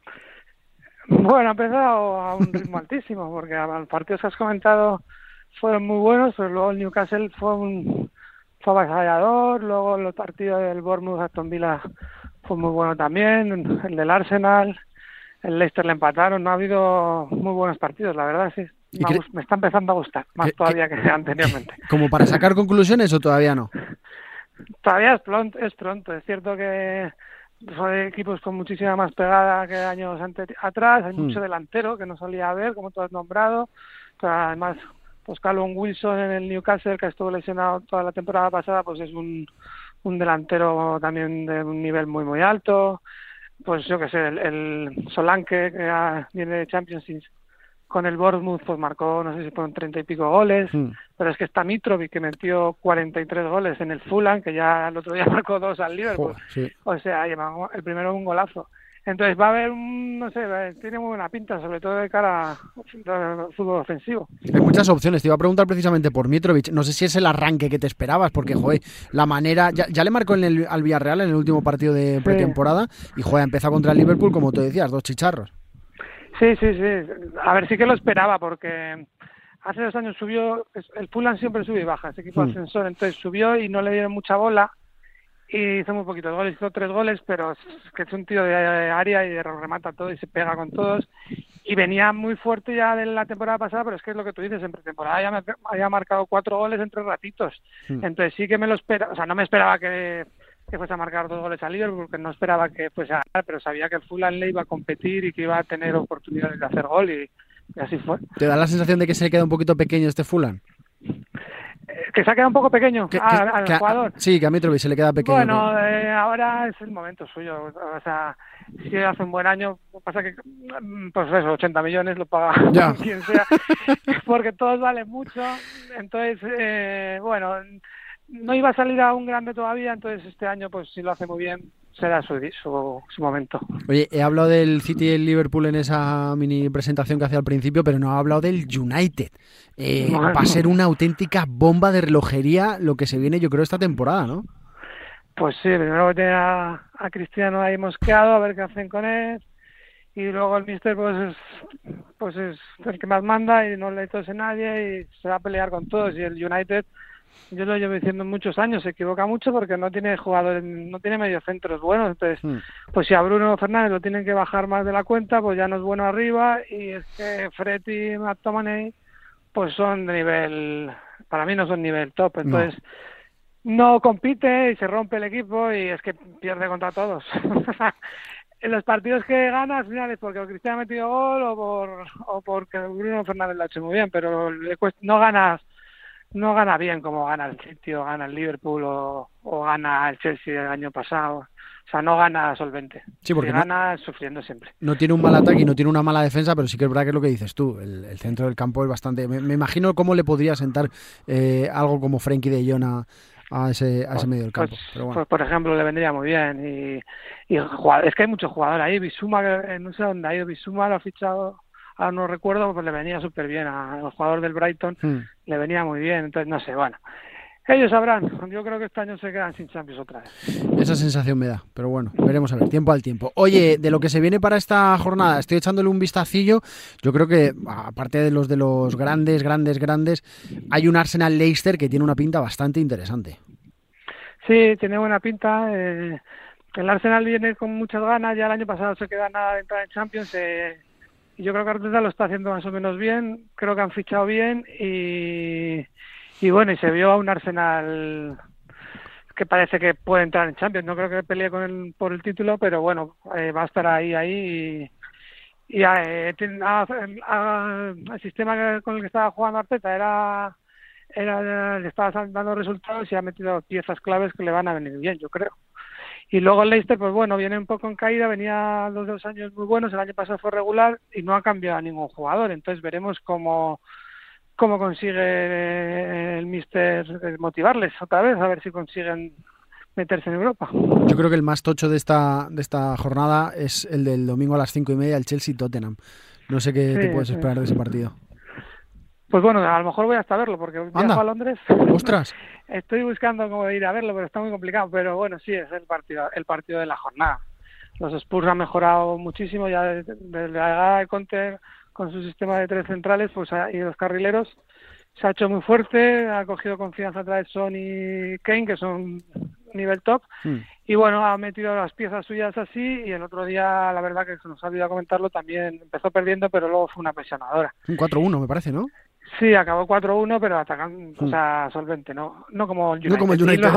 Bueno, ha empezado a un ritmo altísimo, porque los partidos que has comentado fueron muy buenos, pero luego el Newcastle fue avasallador, luego el partido del Bournemouth-Aston Villa fue muy bueno también, el del Arsenal, el Leicester le empataron, no ha habido muy buenos partidos, la verdad, sí. Me está empezando a gustar, más todavía que anteriormente. ¿Como para sacar conclusiones o todavía no? Todavía es pronto, es cierto que son equipos con muchísima más pegada que años atrás, hay mucho delantero que no solía haber, como tú has nombrado, pero además pues Callum Wilson en el Newcastle, que estuvo lesionado toda la temporada pasada, pues es un delantero también de un nivel muy muy alto. Pues yo que sé, el Solanke, que viene de Champions League con el Bournemouth, pues marcó, no sé si fueron 30 y pico goles, pero es que está Mitrovic, que metió 43 goles en el Fulham, que ya el otro día marcó 2 al Liverpool. Sí. O sea, el primero un golazo. Entonces va a haber no sé, tiene muy buena pinta, sobre todo de cara al fútbol ofensivo. Hay muchas opciones, te iba a preguntar precisamente por Mitrovic, no sé si es el arranque que te esperabas, porque joder, la manera, ya le marcó al Villarreal en el último partido de pretemporada, y joder, empezó contra el Liverpool, como tú decías, 2 chicharros. Sí, a ver, sí que lo esperaba, porque hace 2 años subió, el Fulham siempre sube y baja, ese equipo ascensor, entonces subió y no le dieron mucha bola, y hizo muy poquitos goles, hizo 3 goles, pero es que es un tío de área y remata todo y se pega con todos. Y venía muy fuerte ya de la temporada pasada, pero es que es lo que tú dices, en pretemporada ya había marcado 4 goles en 3 ratitos. Entonces sí que me lo esperaba, o sea, no me esperaba que fuese a marcar 2 goles al Liverpool, porque no esperaba que fuese a ganar, pero sabía que el Fulham le iba a competir y que iba a tener oportunidades de hacer gol y así fue. ¿Te da la sensación de que se le queda un poquito pequeño este Fulham? Que se ha quedado un poco pequeño al jugador. Sí, que a Mitrovic se le queda pequeño. Bueno, ahora es el momento suyo. O sea, si hace un buen año, pasa que, pues eso, 80 millones lo paga quien sea, porque todos valen mucho. Entonces, bueno, no iba a salir a un grande todavía, entonces este año, pues si lo hace muy bien, será su momento. Oye, he hablado del City y el Liverpool en esa mini presentación que hacía al principio, pero no he hablado del United. Va a ser una auténtica bomba de relojería lo que se viene, yo creo, esta temporada, ¿no? Pues sí, primero que tiene a Cristiano ahí mosqueado, a ver qué hacen con él, y luego el míster pues es el que más manda y no le tose nadie y se va a pelear con todos. Y el United, yo lo llevo diciendo muchos años, se equivoca mucho porque no tiene jugadores, no tiene mediocentros buenos. Entonces, pues si a Bruno Fernández lo tienen que bajar más de la cuenta, pues ya no es bueno arriba. Y es que Fred y McTominay pues son de nivel, para mí no son nivel top. Entonces no compite y se rompe el equipo y es que pierde contra todos. En los partidos que gana al final es porque el Cristiano ha metido gol o porque Bruno Fernández lo ha hecho muy bien, pero no gana bien como gana el City o gana el Liverpool o gana el Chelsea el año pasado. O sea, no gana solvente. Sí, porque gana sufriendo siempre. No tiene un mal ataque y no tiene una mala defensa, pero sí que es verdad que es lo que dices tú. El centro del campo es bastante... Me imagino cómo le podría sentar algo como Frenkie de Jong a ese medio del campo. Pero bueno. Pues, por ejemplo, le vendría muy bien. Y es que hay muchos jugadores ahí. Bissouma, no sé dónde ha ido. Bissouma lo ha fichado... Ahora no recuerdo, pues le venía súper bien al jugador del Brighton, le venía muy bien, entonces no sé, bueno, ellos sabrán, yo creo que este año se quedan sin Champions otra vez. Esa sensación me da, pero bueno, veremos a ver, tiempo al tiempo. Oye, de lo que se viene para esta jornada, estoy echándole un vistacillo, yo creo que, aparte de los grandes, hay un Arsenal-Leicester que tiene una pinta bastante interesante. Sí, tiene buena pinta, el Arsenal viene con muchas ganas, ya el año pasado se queda nada de entrar en Champions, yo creo que Arteta lo está haciendo más o menos bien, creo que han fichado bien y bueno, y se vio a un Arsenal que parece que puede entrar en Champions, no creo que pelee por el título, pero bueno, va a estar ahí y el sistema con el que estaba jugando Arteta le estaba dando resultados y ha metido piezas claves que le van a venir bien, yo creo. Y luego el Leicester, pues bueno, viene un poco en caída, venía 2 años muy buenos, el año pasado fue regular y no ha cambiado a ningún jugador, entonces veremos cómo consigue el míster motivarles otra vez, a ver si consiguen meterse en Europa. Yo creo que el más tocho de esta jornada es el del domingo a las 5:30, el Chelsea-Tottenham. No sé qué te puedes esperar de ese partido. Pues bueno, a lo mejor voy hasta verlo, porque viajo a Londres. ¡Ostras! Estoy buscando cómo ir a verlo, pero está muy complicado. Pero bueno, sí, es el partido de la jornada. Los Spurs han mejorado muchísimo ya desde la llegada de Conte con su sistema de 3 centrales y los carrileros. Se ha hecho muy fuerte, ha cogido confianza a través de Son y Kane, que son nivel top. Y bueno, ha metido las piezas suyas así y el otro día, la verdad que se nos ha olvidado comentarlo, también empezó perdiendo, pero luego fue una presionadora. Un 4-1, me parece, ¿no? Sí, acabó 4-1, pero atacando, o sea, solvente, no como el United. No como el United.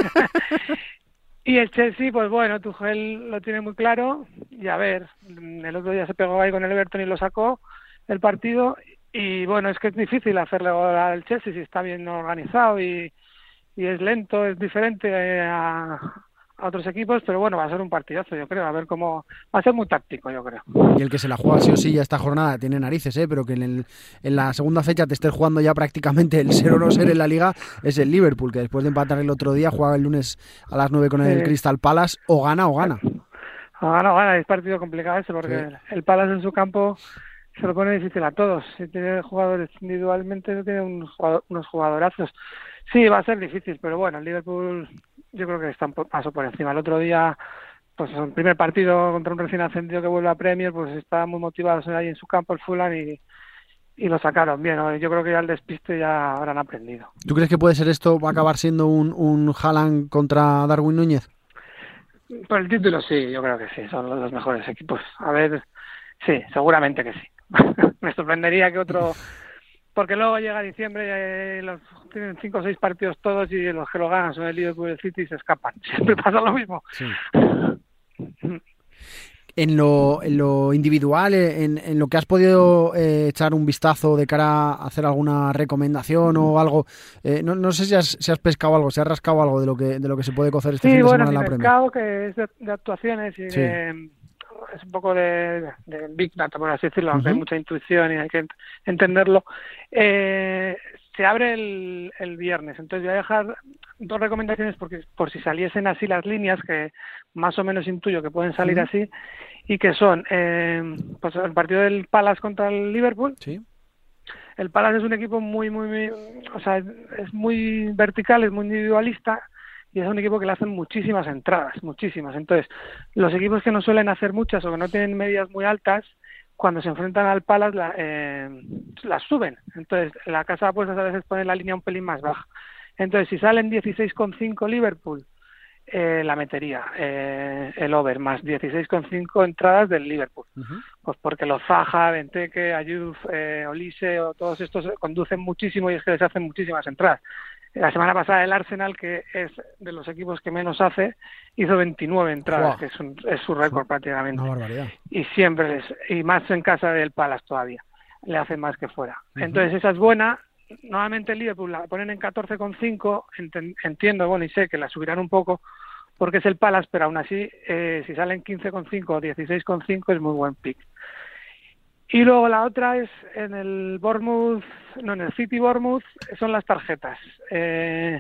Y el Chelsea, pues bueno, Tuchel lo tiene muy claro, y a ver, el otro día se pegó ahí con el Everton y lo sacó el partido, y bueno, es que es difícil hacerle gol al Chelsea si está bien organizado y es lento, es diferente a otros equipos, pero bueno, va a ser un partidazo, yo creo, a ver cómo... Va a ser muy táctico, yo creo. Y el que se la juega sí o sí ya esta jornada tiene narices, pero que en la segunda fecha te estés jugando ya prácticamente el ser o no ser en la Liga es el Liverpool, que después de empatar el otro día juega el lunes a las 9 con el Crystal Palace, o gana. O gana, es partido complicado ese, porque el Palace en su campo se lo pone difícil a todos. Si tiene jugadores individualmente, tiene unos jugadorazos. Sí, va a ser difícil, pero bueno, el Liverpool yo creo que está un paso por encima. El otro día, pues el primer partido contra un recién ascendido que vuelve a Premier, pues estaban muy motivados ahí en su campo el Fulham y lo sacaron bien, ¿no? Yo creo que ya el despiste ya habrán aprendido. ¿Tú crees que puede ser esto, va a acabar siendo un Haaland contra Darwin Núñez? Por el título sí, yo creo que sí, son los mejores equipos. A ver, sí, seguramente que sí. Me sorprendería que otro... Porque luego llega diciembre, tienen 5 o 6 partidos todos y los que lo ganan son el Liverpool y el City y se escapan. Siempre pasa lo mismo. Sí. En lo individual, en lo que has podido echar un vistazo de cara a hacer alguna recomendación o algo, no sé si has pescado algo, si has rascado algo de lo que se puede cocer este fin de semana en la Premier. Sí, bueno, que es de actuaciones y es un poco de Big Data, por así decirlo, aunque hay mucha intuición y hay que entenderlo. se abre el viernes, entonces voy a dejar 2 recomendaciones porque por si saliesen así las líneas, que más o menos intuyo que pueden salir así, y que son pues el partido del Palace contra el Liverpool. Sí. El Palace es un equipo muy, o sea, es muy vertical, es muy individualista, y es un equipo que le hacen muchísimas entradas, muchísimas. Entonces, los equipos que no suelen hacer muchas o que no tienen medias muy altas, cuando se enfrentan al Palace las suben. Entonces, la casa de apuestas a veces pone la línea un pelín más baja. Entonces, si salen 16,5 Liverpool, la metería, el over, más 16,5 entradas del Liverpool. Pues porque los Zaha, Benteke, Ayuf, Olise, o todos estos conducen muchísimo y es que les hacen muchísimas entradas. La semana pasada el Arsenal, que es de los equipos que menos hace, hizo 29 entradas, que es su récord prácticamente. Una barbaridad. Y siempre y más en casa del Palace todavía, le hacen más que fuera. Entonces esa es buena. Nuevamente el Liverpool la ponen en 14,5, entiendo, bueno, y sé que la subirán un poco porque es el Palace, pero aún así, si salen 15,5 o 16,5 es muy buen pick. Y luego la otra es en el City Bournemouth, son las tarjetas. Al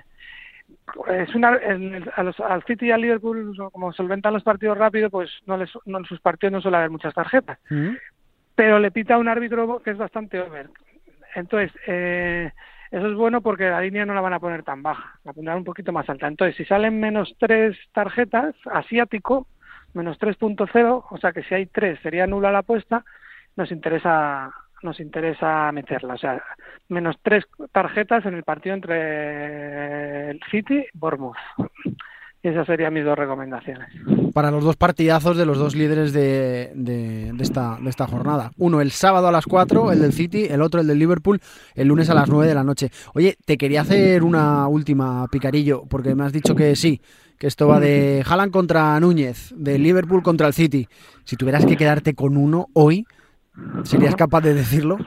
City y al Liverpool, como solventan los partidos rápido, pues en sus partidos no suele haber muchas tarjetas. Pero le pita un árbitro que es bastante over. Entonces, eso es bueno porque la línea no la van a poner tan baja, la pondrán un poquito más alta. Entonces, si salen menos 3 tarjetas, asiático, menos 3.0, o sea que si hay 3 sería nula la apuesta, nos interesa meterla. O sea, menos 3 tarjetas en el partido entre el City y Bournemouth. Y esas serían mis 2 recomendaciones. Para los 2 partidazos de los 2 líderes de esta jornada. Uno el sábado a las 4, el del City, el otro el del Liverpool, el lunes a las 9 de la noche. Oye, te quería hacer una última, Picarillo, porque me has dicho que sí, que esto va de Haaland contra Núñez, de Liverpool contra el City. Si tuvieras que quedarte con uno hoy, ¿serías capaz de decirlo?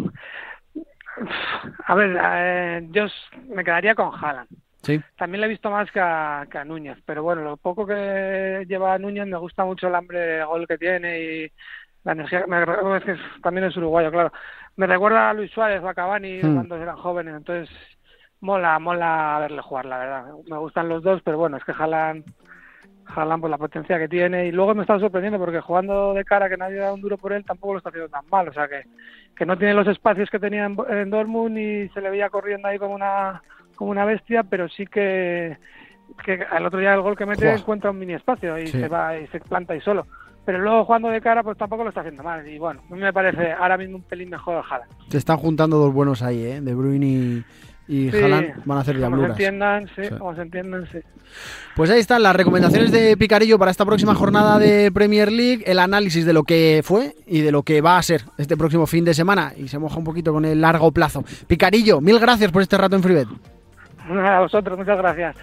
A ver, yo me quedaría con Haaland. Sí. También le he visto más que a Núñez, pero bueno, lo poco que lleva Núñez me gusta mucho el hambre de gol que tiene y la energía. También es uruguayo, claro. Me recuerda a Luis Suárez o a Cavani cuando eran jóvenes, entonces mola verle jugar, la verdad. Me gustan los dos, pero bueno, es que Haaland pues la potencia que tiene, y luego me está sorprendiendo porque jugando de cara, que nadie da un duro por él, tampoco lo está haciendo tan mal, o sea que no tiene los espacios que tenía en Dortmund y se le veía corriendo ahí como una bestia, pero sí que al otro día el gol que mete encuentra un mini espacio y se va y se planta ahí solo. Pero luego jugando de cara pues tampoco lo está haciendo mal, y bueno, a mí me parece ahora mismo un pelín mejor Haaland. Se están juntando 2 buenos ahí, De Bruyne y Haaland van a hacer diabluras. Como se entiendan, sí. Pues ahí están las recomendaciones de Picarillo para esta próxima jornada de Premier League, el análisis de lo que fue y de lo que va a ser este próximo fin de semana, y se moja un poquito con el largo plazo. Picarillo, 1000 gracias por este rato en Freebet. A vosotros, muchas gracias.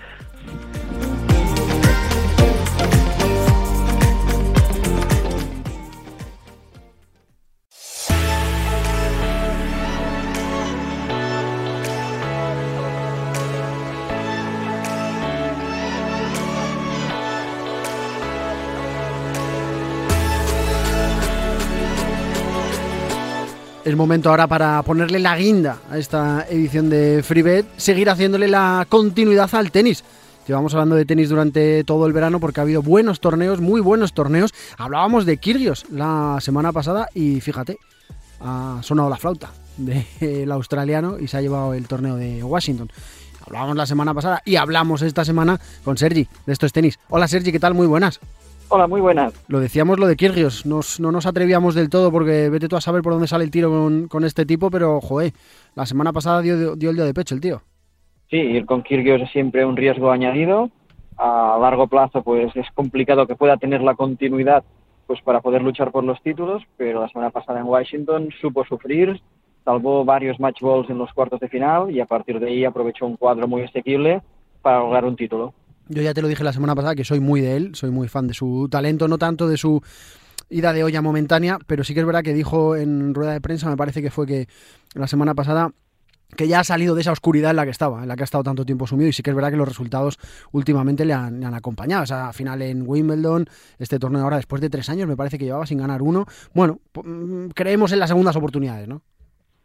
Es momento ahora para ponerle la guinda a esta edición de Freebet, seguir haciéndole la continuidad al tenis. Llevamos hablando de tenis durante todo el verano porque ha habido buenos torneos, muy buenos torneos. Hablábamos de Kyrgios la semana pasada y fíjate, ha sonado la flauta del australiano y se ha llevado el torneo de Washington. Hablábamos la semana pasada y hablamos esta semana con Sergi de Esto es Tenis. Hola Sergi, ¿qué tal? Muy buenas. Hola, muy buenas. Lo decíamos lo de Kyrgios, no nos atrevíamos del todo porque vete tú a saber por dónde sale el tiro con este tipo, pero joder, la semana pasada dio el día de pecho el tío. Sí, ir con Kyrgios es siempre un riesgo añadido. A largo plazo pues es complicado que pueda tener la continuidad pues para poder luchar por los títulos, pero la semana pasada en Washington supo sufrir, salvó varios match balls en los cuartos de final y a partir de ahí aprovechó un cuadro muy asequible para lograr un título. Yo ya te lo dije la semana pasada que soy muy de él, soy muy fan de su talento, no tanto de su ida de olla momentánea, pero sí que es verdad que dijo en rueda de prensa, me parece que fue que la semana pasada, que ya ha salido de esa oscuridad en la que estaba, en la que ha estado tanto tiempo sumido, y sí que es verdad que los resultados últimamente le han acompañado. O sea, final en Wimbledon, este torneo ahora después de 3 años, me parece que llevaba sin ganar uno. Bueno, creemos en las segundas oportunidades, ¿no?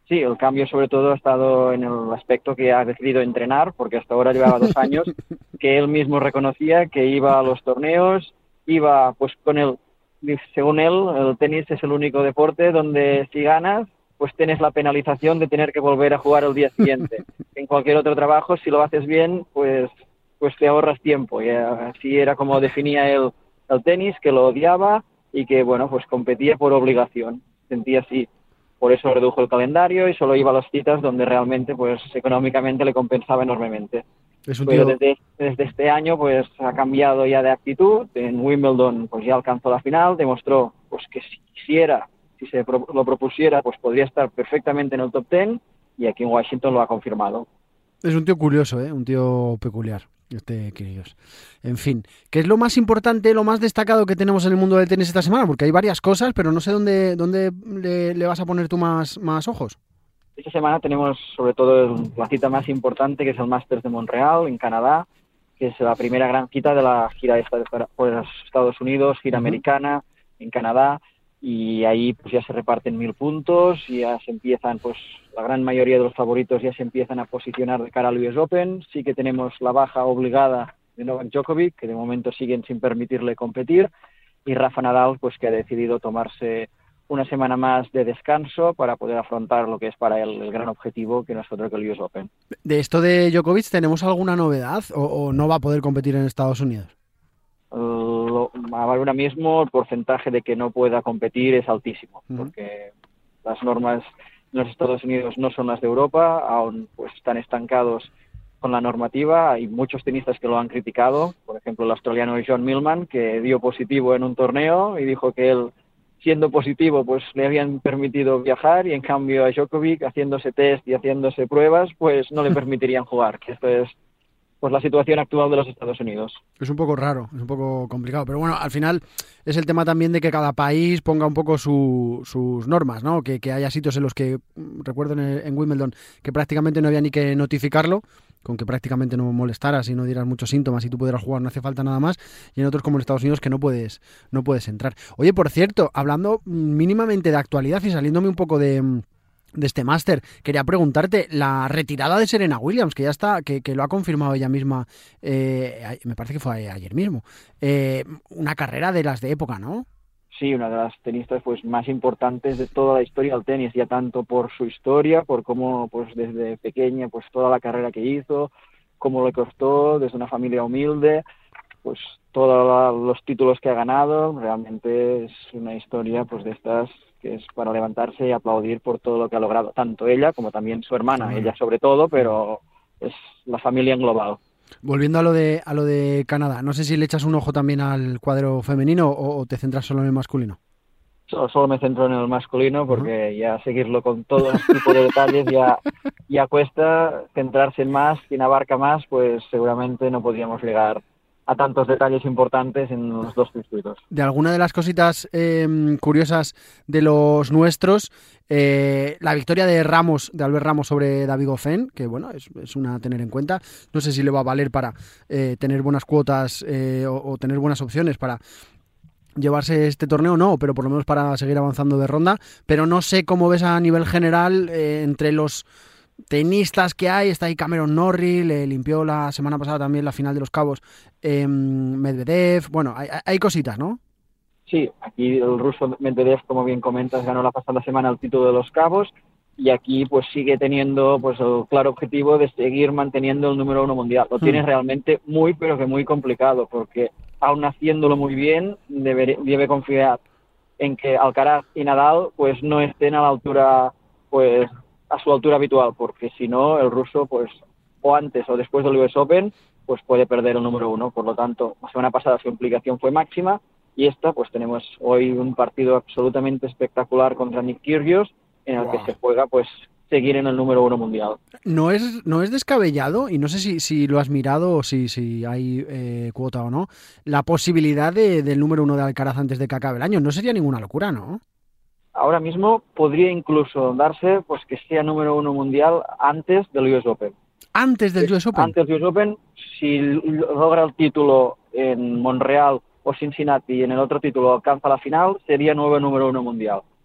Sí, el cambio sobre todo ha estado en el aspecto que ha decidido entrenar, porque hasta ahora llevaba 2 años que él mismo reconocía que iba a los torneos, iba pues con él, según él, el tenis es el único deporte donde si ganas, pues tienes la penalización de tener que volver a jugar el día siguiente. En cualquier otro trabajo, si lo haces bien, pues te ahorras tiempo. Y así era como definía él el tenis, que lo odiaba y que, bueno, pues competía por obligación. Sentía así. Por eso redujo el calendario y solo iba a las citas donde realmente, pues económicamente le compensaba enormemente. Pero desde este año, pues ha cambiado ya de actitud. En Wimbledon, pues ya alcanzó la final, demostró pues que si quisiera, si se lo propusiera, pues podría estar perfectamente en el top 10 y aquí en Washington lo ha confirmado. Es un tío curioso, un tío peculiar, Kyrgios. En fin, ¿qué es lo más importante, lo más destacado que tenemos en el mundo del tenis esta semana? Porque hay varias cosas, pero no sé dónde le vas a poner tú más ojos. Esta semana tenemos sobre todo la cita más importante, que es el Masters de Montreal, en Canadá, que es la primera gran cita de la gira esta por los Estados Unidos, gira americana en Canadá, y ahí pues ya se reparten 1000 puntos, y ya se empiezan, pues la gran mayoría de los favoritos ya se empiezan a posicionar de cara al US Open. Sí que tenemos la baja obligada de Novak Djokovic, que de momento siguen sin permitirle competir, y Rafa Nadal, pues que ha decidido tomarse una semana más de descanso para poder afrontar lo que es para él el gran objetivo, que no es otro que el US Open. ¿De esto de Djokovic tenemos alguna novedad o no va a poder competir en Estados Unidos? Ahora mismo el porcentaje de que no pueda competir es altísimo, porque las normas en los Estados Unidos no son las de Europa, aún pues están estancados con la normativa. Hay muchos tenistas que lo han criticado, por ejemplo el australiano John Millman, que dio positivo en un torneo y dijo que él, siendo positivo, pues le habían permitido viajar, y en cambio a Djokovic, haciéndose test y haciéndose pruebas, pues no le permitirían jugar, que esto es pues la situación actual de los Estados Unidos. Es un poco raro, es un poco complicado, pero bueno, al final es el tema también de que cada país ponga un poco sus normas, ¿no? Que haya sitios en los que, recuerdo en Wimbledon, que prácticamente no había ni que notificarlo, con que prácticamente no molestaras y no dieras muchos síntomas y tú pudieras jugar, no hace falta nada más, y en otros como en Estados Unidos que no puedes entrar. Oye, por cierto, hablando mínimamente de actualidad y saliéndome un poco de este máster, quería preguntarte, la retirada de Serena Williams, que ya está, que lo ha confirmado ella misma, me parece que fue ayer mismo, una carrera de las de época, ¿no? Sí, una de las tenistas pues más importantes de toda la historia del tenis, ya tanto por su historia, por cómo pues desde pequeña pues toda la carrera que hizo, cómo le costó, desde una familia humilde, pues todos los títulos que ha ganado. Realmente es una historia pues de estas que es para levantarse y aplaudir por todo lo que ha logrado, tanto ella como también su hermana, ella sobre todo, pero es la familia en global. Volviendo a lo de Canadá, no sé si le echas un ojo también al cuadro femenino o te centras solo en el masculino. Solo me centro en el masculino porque ya seguirlo con todo este tipo de detalles ya cuesta. Centrarse en más, quien abarca más, pues seguramente no podríamos llegar a tantos detalles importantes en los dos circuitos. De alguna de las cositas curiosas de los nuestros, la victoria de Albert Ramos sobre David Goffin, que bueno, es una a tener en cuenta. No sé si le va a valer para tener buenas cuotas o tener buenas opciones para llevarse este torneo, no, pero por lo menos para seguir avanzando de ronda. Pero no sé cómo ves a nivel general entre los tenistas que hay. Está ahí Cameron Norrie, le limpió la semana pasada también la final de Los Cabos Medvedev. Bueno, hay cositas, ¿no? Sí, aquí el ruso Medvedev, como bien comentas, ganó la pasada semana el título de Los Cabos, y aquí pues sigue teniendo pues el claro objetivo de seguir manteniendo el número 1 mundial. Lo tiene realmente muy, pero que muy complicado, porque aún haciéndolo muy bien, debe confiar en que Alcaraz y Nadal pues no estén a la altura, pues a su altura habitual, porque si no el ruso pues o antes o después del US Open pues puede perder el número 1. Por lo tanto, la semana pasada su implicación fue máxima, y esta pues tenemos hoy un partido absolutamente espectacular contra Nick Kyrgios, en el que se juega pues seguir en el número 1 mundial. No es descabellado, y no sé si lo has mirado o si hay cuota o no, la posibilidad del número 1 de Alcaraz antes de que acabe el año. No sería ninguna locura, ¿no? Ahora mismo podría incluso darse pues que sea número 1 mundial antes del US Open. ¿Antes del US Open? Antes del US Open, si logra el título en Montreal o Cincinnati y en el otro título alcanza la final, sería nuevo número 1 mundial.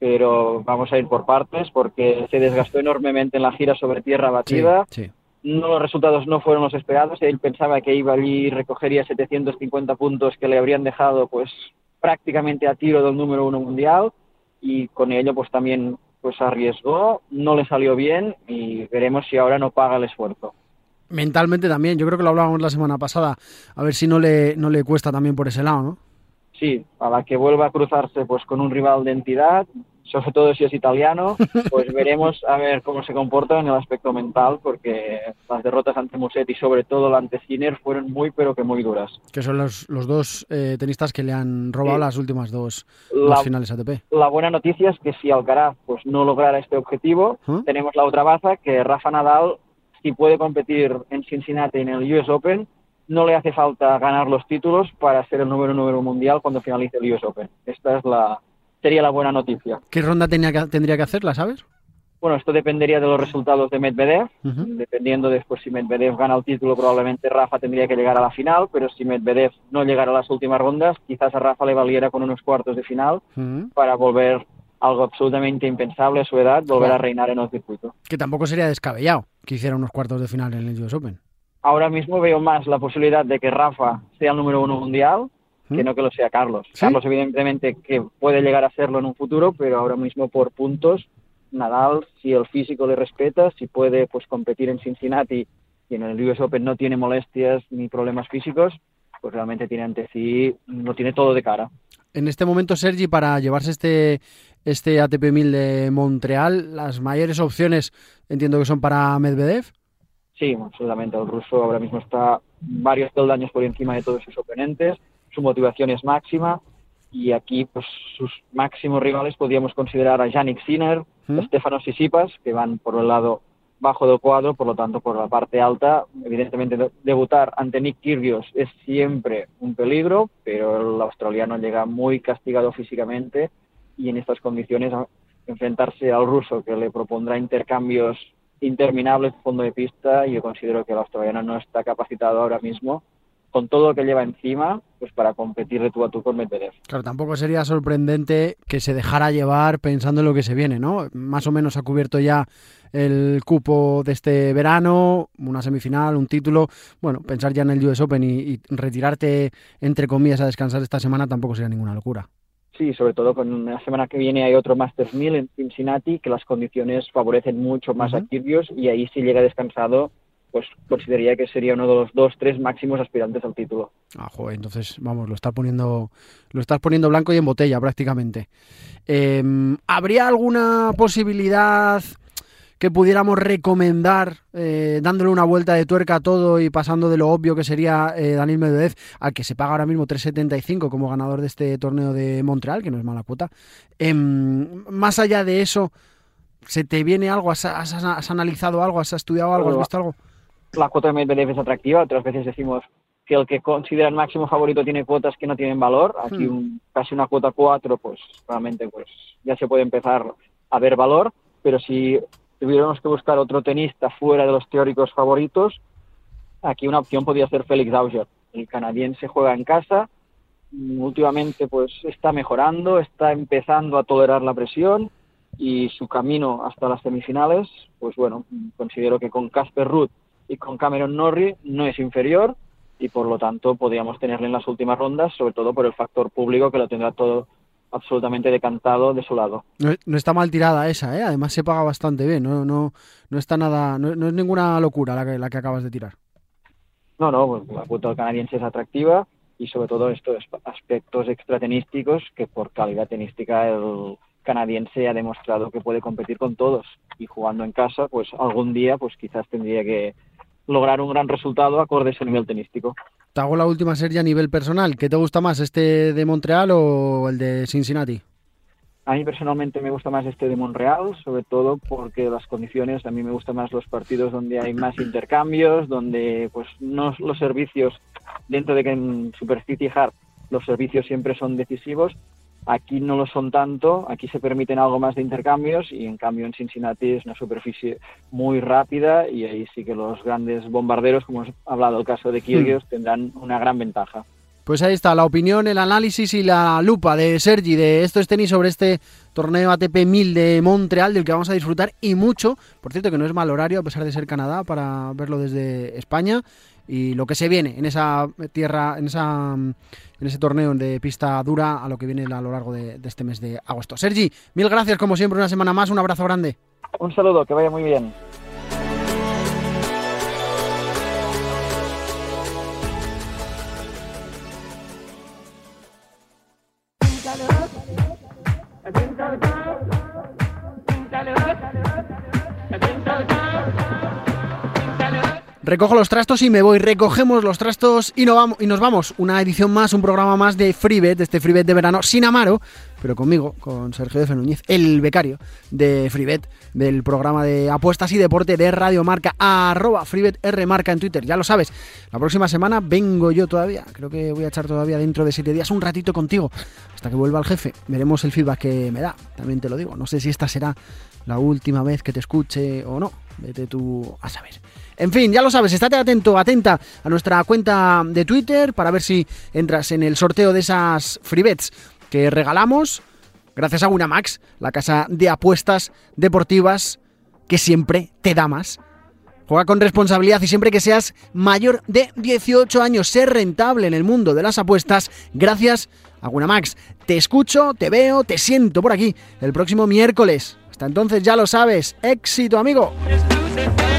pero vamos a ir por partes porque se desgastó enormemente en la gira sobre tierra batida. Sí. No, los resultados no fueron los esperados. Él pensaba que iba allí y recogería 750 puntos que le habrían dejado pues prácticamente a tiro del número 1 mundial, y con ello pues también pues arriesgó, no le salió bien y veremos si ahora no paga el esfuerzo. Mentalmente también, yo creo que lo hablábamos la semana pasada, a ver si no le cuesta también por ese lado, ¿no? Sí, a la que vuelva a cruzarse pues con un rival de entidad, sobre todo si es italiano, pues veremos a ver cómo se comporta en el aspecto mental, porque las derrotas ante Musetti y sobre todo la ante Sinner fueron muy pero que muy duras. Que son los dos tenistas que le han robado las últimas dos finales ATP. La buena noticia es que si Alcaraz pues no lograra este objetivo, tenemos la otra baza, que Rafa Nadal, si puede competir en Cincinnati en el US Open, no le hace falta ganar los títulos para ser el número 1 mundial cuando finalice el US Open. Esta sería la buena noticia. ¿Qué ronda tendría que hacerla, sabes? Bueno, esto dependería de los resultados de Medvedev. Dependiendo después si Medvedev gana el título, probablemente Rafa tendría que llegar a la final, pero si Medvedev no llegara a las últimas rondas, quizás a Rafa le valiera con unos cuartos de final para volver, algo absolutamente impensable a su edad, volver a reinar en el circuito. Que tampoco sería descabellado que hiciera unos cuartos de final en el US Open. Ahora mismo veo más la posibilidad de que Rafa sea el número 1 mundial que no que lo sea Carlos. ¿Sí? Carlos evidentemente que puede llegar a serlo en un futuro, pero ahora mismo por puntos, Nadal, si el físico le respeta, si puede pues competir en Cincinnati y en el US Open no tiene molestias ni problemas físicos, pues realmente tiene ante sí, lo tiene todo de cara. En este momento, Sergi, para llevarse este ATP 1000 de Montreal, las mayores opciones entiendo que son para Medvedev. Sí, absolutamente. El ruso ahora mismo está varios peldaños por encima de todos sus oponentes, su motivación es máxima y aquí pues sus máximos rivales podríamos considerar a Jannik Sinner, Stefanos Tsitsipas, que van por el lado bajo del cuadro, por lo tanto por la parte alta. Evidentemente debutar ante Nick Kyrgios es siempre un peligro, pero el australiano llega muy castigado físicamente y en estas condiciones enfrentarse al ruso, que le propondrá intercambios interminables fondo de pista, y yo considero que el australiano no está capacitado ahora mismo con todo lo que lleva encima pues para competir de tú a tú con Medvedev. Claro, tampoco sería sorprendente que se dejara llevar pensando en lo que se viene, ¿no? Más o menos ha cubierto ya el cupo de este verano, una semifinal, un título. Bueno, pensar ya en el US Open y retirarte, entre comillas, a descansar esta semana tampoco sería ninguna locura. Sí, sobre todo con la semana que viene hay otro Masters 1000 en Cincinnati, que las condiciones favorecen mucho más a Kyrgios, y ahí si llega descansado, pues consideraría que sería uno de los 2-3 máximos aspirantes al título. Joder, entonces, vamos, lo estás poniendo blanco y en botella prácticamente. ¿Habría alguna posibilidad que pudiéramos recomendar, dándole una vuelta de tuerca a todo y pasando de lo obvio que sería Daniil Medvedev, al que se paga ahora mismo 3,75 como ganador de este torneo de Montreal, que no es mala cuota? Más allá de eso, ¿se te viene algo? ¿Has analizado algo? ¿Has estudiado algo? ¿Has visto algo? La cuota de Medvedev es atractiva. Otras veces decimos que el que considera el máximo favorito tiene cuotas que no tienen valor. Aquí casi una cuota 4, pues realmente pues ya se puede empezar a ver valor. Pero si tuviéramos que buscar otro tenista fuera de los teóricos favoritos, aquí una opción podría ser Félix Auger. El canadiense juega en casa, últimamente pues está mejorando, está empezando a tolerar la presión, y su camino hasta las semifinales, pues bueno, considero que con Casper Ruud y con Cameron Norrie no es inferior, y por lo tanto podríamos tenerle en las últimas rondas, sobre todo por el factor público que lo tendrá todo absolutamente decantado de su lado. No está mal tirada esa, ¿eh? Además se paga bastante bien, no está nada, no es ninguna locura la que acabas de tirar. No, pues la cuota del canadiense es atractiva, y sobre todo estos aspectos extratenísticos que por calidad tenística el canadiense ha demostrado que puede competir con todos, y jugando en casa pues algún día pues quizás tendría que lograr un gran resultado acorde a ese nivel tenístico. Te hago la última serie a nivel personal. ¿Qué te gusta más, este de Montreal o el de Cincinnati? A mí personalmente me gusta más este de Montreal, sobre todo porque las condiciones, a mí me gustan más los partidos donde hay más intercambios, donde pues no los servicios, dentro de que en Super City Hard los servicios siempre son decisivos. Aquí no lo son tanto, aquí se permiten algo más de intercambios, y en cambio en Cincinnati es una superficie muy rápida, y ahí sí que los grandes bombarderos, como hemos hablado del caso de Kyrgios, tendrán una gran ventaja. Pues ahí está la opinión, el análisis y la lupa de Sergi de Esto es Tenis sobre este torneo ATP 1000 de Montreal, del que vamos a disfrutar y mucho. Por cierto, que no es mal horario a pesar de ser Canadá para verlo desde España, y lo que se viene en esa tierra, en ese torneo de pista dura, a lo que viene a lo largo de este mes de agosto. Sergi, mil gracias como siempre, una semana más, un abrazo grande. Un saludo, que vaya muy bien. Recojo los trastos y me voy. Recogemos los trastos y nos vamos. Una edición más, un programa más de FreeBet, de este FreeBet de verano sin Amaro, pero conmigo, con Sergio F. Núñez, el becario de FreeBet, del programa de apuestas y deporte de Radio Marca, @FreeBetRMarca en Twitter. Ya lo sabes, la próxima semana vengo yo todavía. Creo que voy a echar todavía dentro de 7 días un ratito contigo, hasta que vuelva el jefe. Veremos el feedback que me da, también te lo digo. No sé si esta será la última vez que te escuche o no. Vete tú a saber. En fin, ya lo sabes, estate atento, atenta a nuestra cuenta de Twitter para ver si entras en el sorteo de esas FreeBets que regalamos gracias a Winamax, la casa de apuestas deportivas que siempre te da más. Juega con responsabilidad y siempre que seas mayor de 18 años, ser rentable en el mundo de las apuestas gracias a Winamax. Te escucho, te veo, te siento por aquí el próximo miércoles. Hasta entonces, ya lo sabes, éxito, amigo.